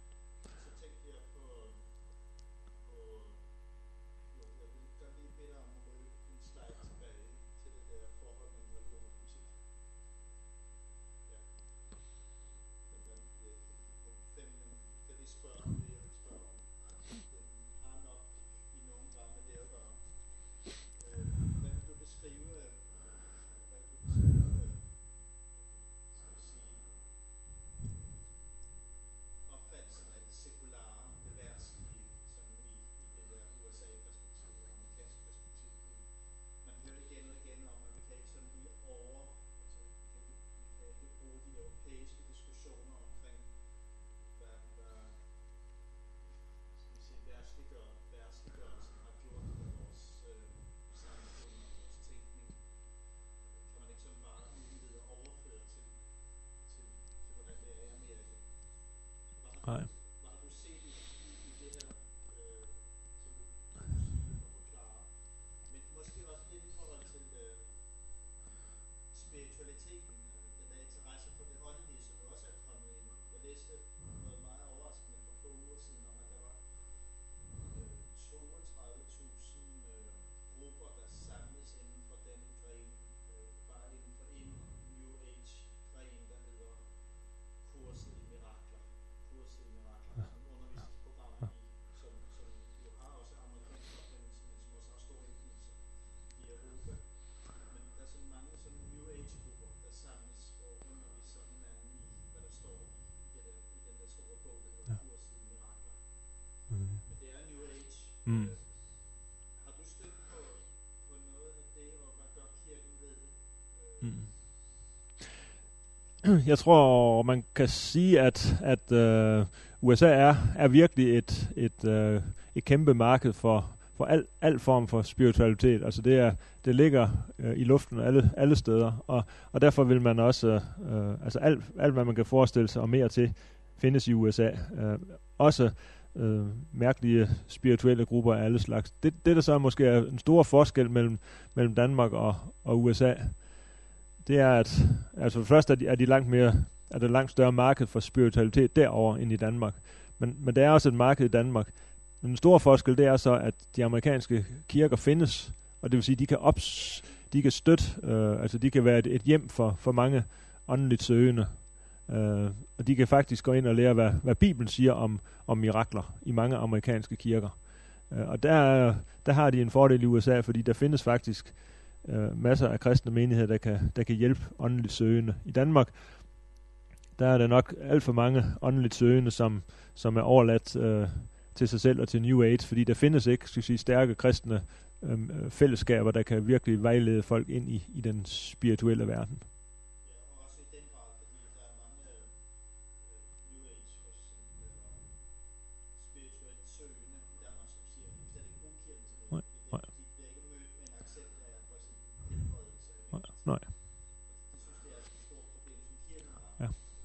Nej. Mm. Har du stødt på, på noget af det, og hvad gør kirken ved det? Mm. Jeg tror, man kan sige, at, at uh, U S A er, er virkelig et, et, uh, et kæmpe marked for, for al, al form for spiritualitet. Altså det er det ligger øh, i luften alle alle steder, og og derfor vil man også øh, altså alt alt hvad man kan forestille sig og mere til findes i U S A. Øh, også øh, mærkelige spirituelle grupper af alle slags. Det det der så måske er en stor forskel mellem mellem Danmark og og U S A. Det er at altså først er de, er de langt mere er der langt større marked for spiritualitet derover end i Danmark. Men men der er også et marked i Danmark. Men den store forskel, det er så, at de amerikanske kirker findes, og det vil sige, de kan ops, de kan støtte, øh, altså de kan være et, et hjem for, for mange åndeligt søgende. Øh, og de kan faktisk gå ind og lære, hvad, hvad Bibelen siger om, om mirakler i mange amerikanske kirker. Øh, og der, der har de en fordel i U S A, fordi der findes faktisk øh, masser af kristne menigheder, der kan, der kan hjælpe åndeligt søgende. I Danmark, der er der nok alt for mange åndeligt søgende, som, som er overladt øh, til sig selv og til New Age, fordi der findes ikke, skal sige, stærke kristne øh, fællesskaber, der kan virkelig vejlede folk ind i, i den spirituelle verden. Nej. Ja.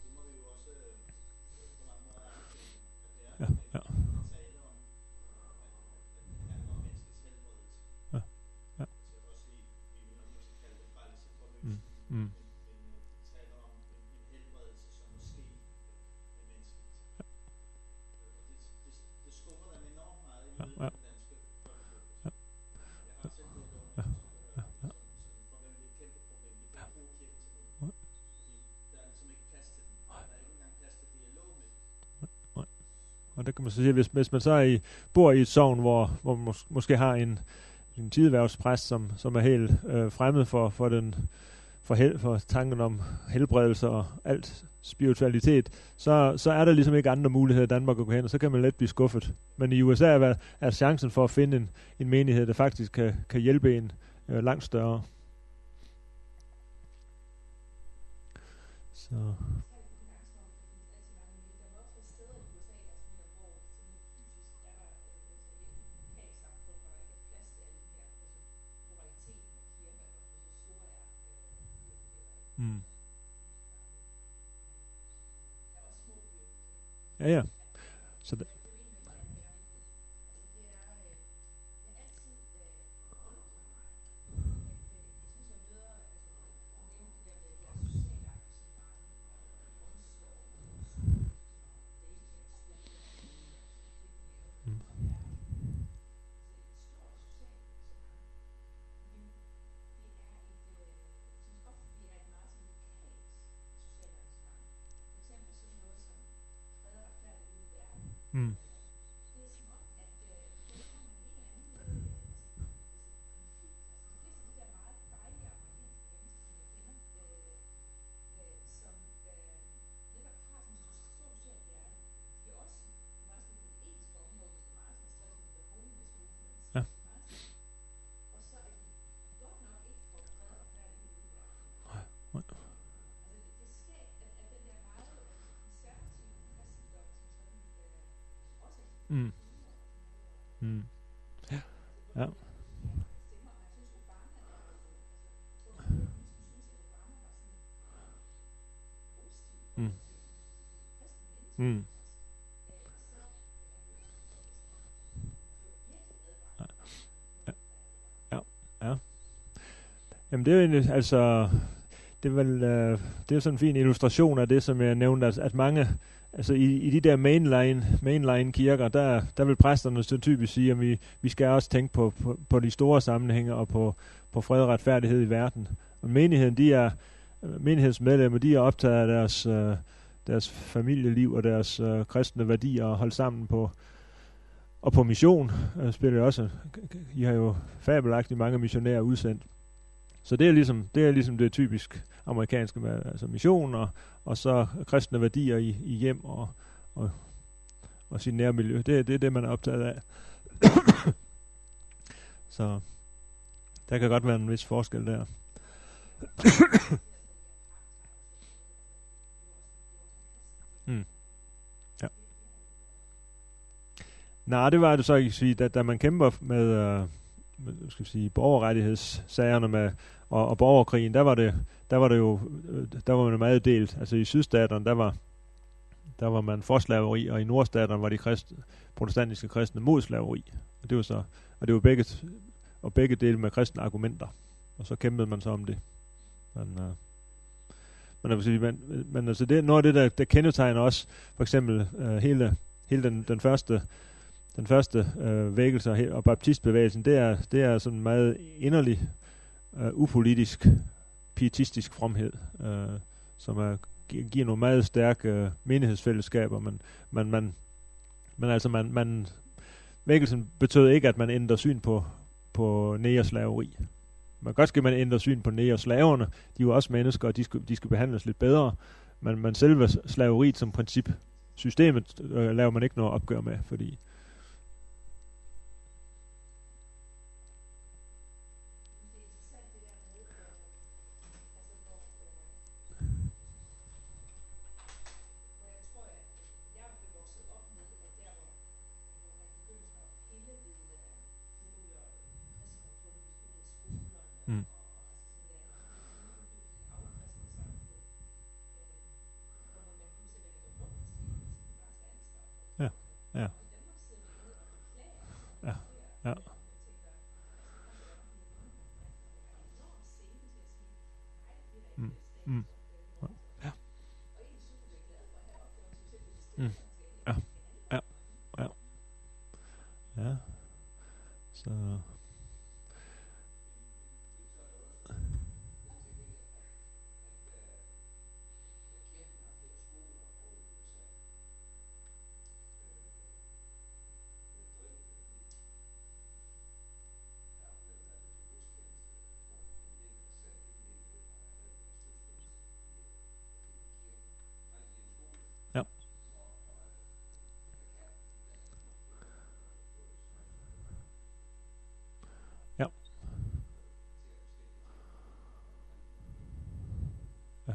Ja, ja. Ja, ja. Mm, mm. Ja, ja. Og der kan man så sige, hvis, hvis man så er i, bor i et sogn, hvor, hvor man mås- måske har en, en tideværvspræst, som, som er helt øh, fremmed for, for, den, for, hel, for tanken om helbredelse og alt spiritualitet, så, så er der ligesom ikke andre muligheder i Danmark at gå hen, og så kan man let blive skuffet. Men i U S A er, er chancen for at finde en, en menighed, der faktisk kan, kan hjælpe en øh, langt større. Så... Mm. Ja, ja. Så det. Mm. Mm. Ja. Mm. Mm. Ja. Ja. Mm. Mm. Ja. Ja. Ja. Jamen det er jo altså det er vel øh, det er sådan en fin illustration af det, som jeg nævnte, at, at mange altså i, i de der mainline mainline kirker, der der vil præsterne så typisk sige, at vi vi skal også tænke på på, på de store sammenhænge og på på fred og retfærdighed i verden. Og menigheden, de er menighedsmedlemmer, de er optaget af deres øh, deres familieliv og deres øh, kristne værdier og holde sammen på og på mission. Øh, spiller også. I har jo fabelagtigt mange missionærer udsendt. Så det er ligesom det er ligesom det typisk amerikanske med altså mission og og så kristne værdier i, i hjem og og og sit nærmiljø. Det det er det man er optaget af. Så der kan godt være en vis forskel der. mm. Ja. Nej, det var det så, jeg kan sige, da, da man kæmper med, øh, med skal jeg sige, borgerrettighedssagerne med, og, og borgerkrigen, der var det, der var det jo, øh, der var man meget delt. Altså i sydstaterne, der var, der var man for slaveri, og i nordstaterne var de kristne, protestantiske kristne mod slaveri. Og det var så, og det var begge, og begge dele med kristne argumenter. Og så kæmpede man så om det. Men, øh, men, jeg vil sige, men, men altså det, noget af det, der, der kendetegner også, for eksempel øh, hele, hele den, den første, den første øh, vækkelse og baptistbevægelsen, det er, det er sådan meget inderlig, øh, upolitisk, pietistisk fromhed, øh, som er, giver nogle meget stærke øh, menighedsfællesskaber, men, men, man, men altså man, man, vækkelsen betød ikke, at man ændrer syn på, på negerslaveri. Man godt skal man ændre syn på negerslaverne, de er jo også mennesker, og de skal, de skal behandles lidt bedre, men, men selve slaveriet som princip, systemet øh, laver man ikke noget opgør med, fordi Mm. Ja, ja. Ja, ja. Mm. Mm. Ja. Mm. Ja, ja, ja. Ja. Så ja. Ja. Ja.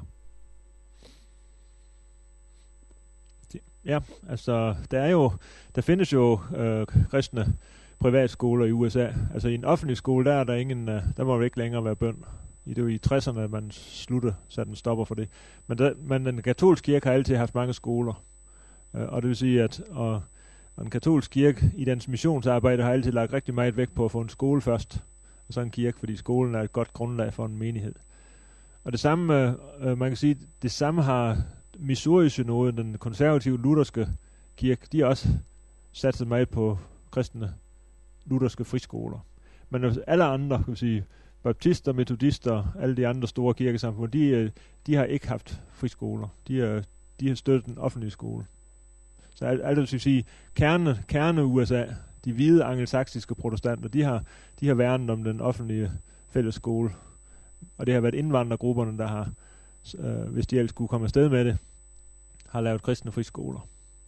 Det, ja, altså der er jo, der findes jo øh, kristne privatskoler i U S A. Altså i en offentlig skole, der er der ingen, øh, der må jo ikke længere være bøn. I det var i tresserne, at man sluttede, satte en stopper for det. Men, der, men den katolske kirke har altid haft mange skoler. Øh, og det vil sige, at og, og den katolske kirke i dens missionsarbejde har altid lagt rigtig meget vægt på at få en skole først, og så en kirke, fordi skolen er et godt grundlag for en menighed. Og det samme, øh, man kan sige, det samme har Missouri-synoden, den konservative lutherske kirke, de har også satset meget på kristne lutherske friskoler. Men alle andre, kan vi sige, baptister, metodister, alle de andre store kirkesamfund, de, de har ikke haft friskoler. De, er, de har støttet den offentlige skole. Så alt, alt det vil sige, kerne, kerne U S A, de hvide angelsaksiske protestanter, de har, de har værnet om den offentlige fælles skole. Og det har været indvandrergrupperne, der har, øh, hvis de ellers skulle komme afsted med det, har lavet kristne friskoler.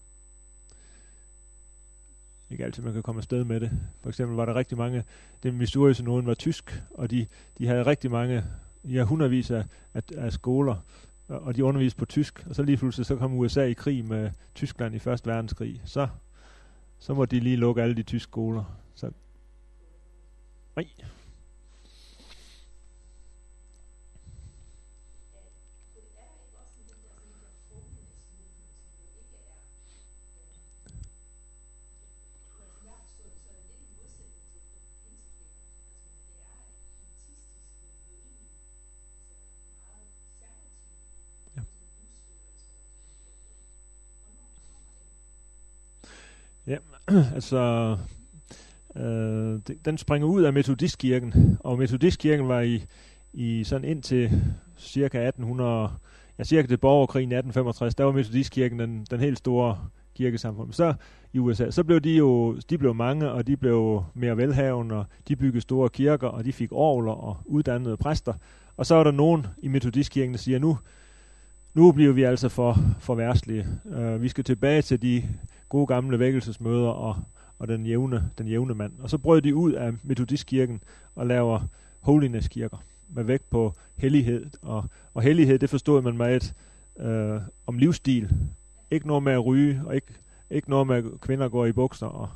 Ikke altid man kan komme afsted med det. For eksempel var der rigtig mange, den Missouri-synoden var tysk, og de, de havde rigtig mange, de har hundredvis af, af, af skoler, og de underviste på tysk, og så lige pludselig så kom U S A i krig med Tyskland i første verdenskrig. Så, så må de lige lukke alle de tyske skoler. Så nej. Ja, altså øh, den springer ud af metodistkirken, og metodistkirken var i, i sådan indtil cirka atten hundrede, ja cirka det borgerkrigen i atten femogtres, der var metodistkirken den, den helt store kirkesamfund. Men så i U S A, så blev de jo, de blev mange, og de blev mere velhavende, og de byggede store kirker, og de fik orgler og uddannede præster. Og så er der nogen i metodistkirken, der siger, nu, nu bliver vi altså for, for værtslige. Uh, vi skal tilbage til de gode gamle vækkelsesmøder og, og den, jævne, den jævne mand. Og så brød de ud af metodistkirken og laver holiness-kirker med vægt på hellighed. Og, og hellighed, det forstod man meget øh, om livsstil. Ikke noget med at ryge, og ikke, ikke noget med at kvinder går i bukser, og,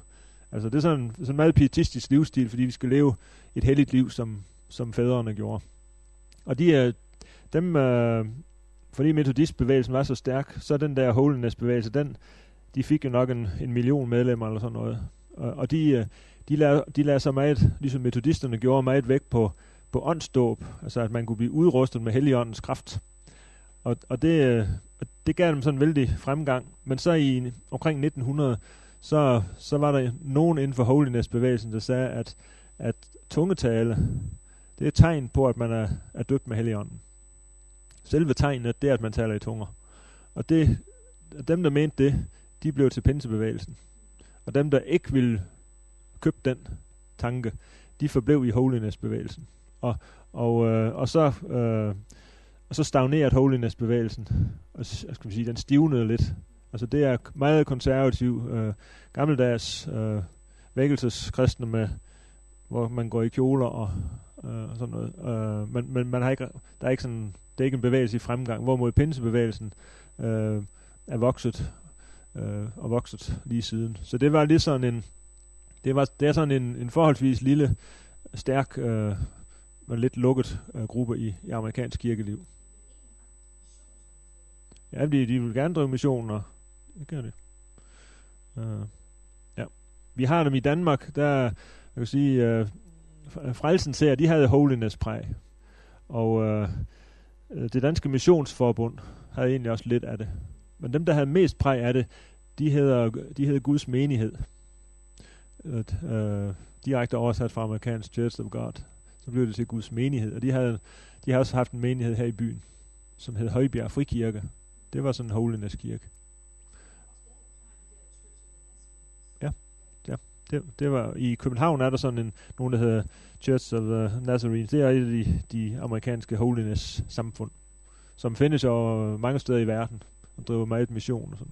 Altså det er sådan, sådan en meget pietistisk livsstil, fordi vi skal leve et helligt liv, som, som fædrene gjorde. Og de er, dem, øh, fordi metodistbevægelsen var så stærk, så den der holiness-bevægelse, den, de fik jo nok en, en million medlemmer eller sådan noget. Og, og de, de, lader, de lader sig meget, ligesom metodisterne gjorde, meget væk på, på åndsdåb, altså at man kunne blive udrustet med Helligåndens kraft. Og, og det, det gav dem sådan en vældig fremgang. Men så i omkring nitten hundrede, så, så var der nogen inden for holiness-bevægelsen, der sagde, at, at tungetale, det er et tegn på, at man er, er døbt med Helligånden. Selve tegnet, det er, at man taler i tunger. Og det, dem, der mente det, de blev til pinsebevægelsen. Og dem, der ikke ville købe den tanke, de forblev i holiness-bevægelsen. Og, og, øh, og så... Øh, Og så stagnerede holiness-bevægelsen, og skal man sige, den stivnede lidt. Altså det er meget konservativ, øh, gammeldags øh, vækkelseskristne, med, hvor man går i kjoler og, øh, og sådan noget. Øh, men men man har ikke, der er ikke sådan, det er ikke en bevægelse i fremgang, hvorimod pinsebevægelsen øh, er vokset øh, og vokset lige siden. Så det var lidt sådan en, det var det er sådan en, en forholdsvis lille, stærk, øh, men lidt lukket øh, gruppe i, i amerikansk kirkeliv. Ja, de, de vil gerne drive missioner. Det gør det. Uh, ja. Vi har dem i Danmark, der, jeg kan sige, uh, Frelsens Hær, de havde holiness-præg. Og uh, det danske missionsforbund havde egentlig også lidt af det. Men dem, der havde mest præg af det, de hedder, de hedder Guds menighed. Et, uh, direkte oversat fra amerikansk Church of God. Så blev det til Guds menighed. Og de havde, de har også haft en menighed her i byen, som hed Højbjerg Frikirke. Det var sådan en holiness-kirke. Ja, ja. Det, det var, i København er der sådan en, nogen, der hedder Church of the Nazarene. Det er et af de, de amerikanske holiness-samfund, som findes jo mange steder i verden, og driver meget mission og sådan.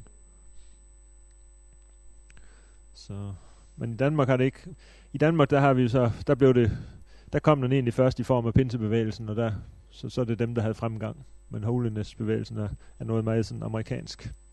Så, men i Danmark har det ikke... I Danmark, der har vi så... Der blev det... Der kom den egentlig først i form af pinsebevægelsen, og der, så, så er det dem, der havde fremgang. Men holiness-bevægelsen er, er noget meget sådan amerikansk.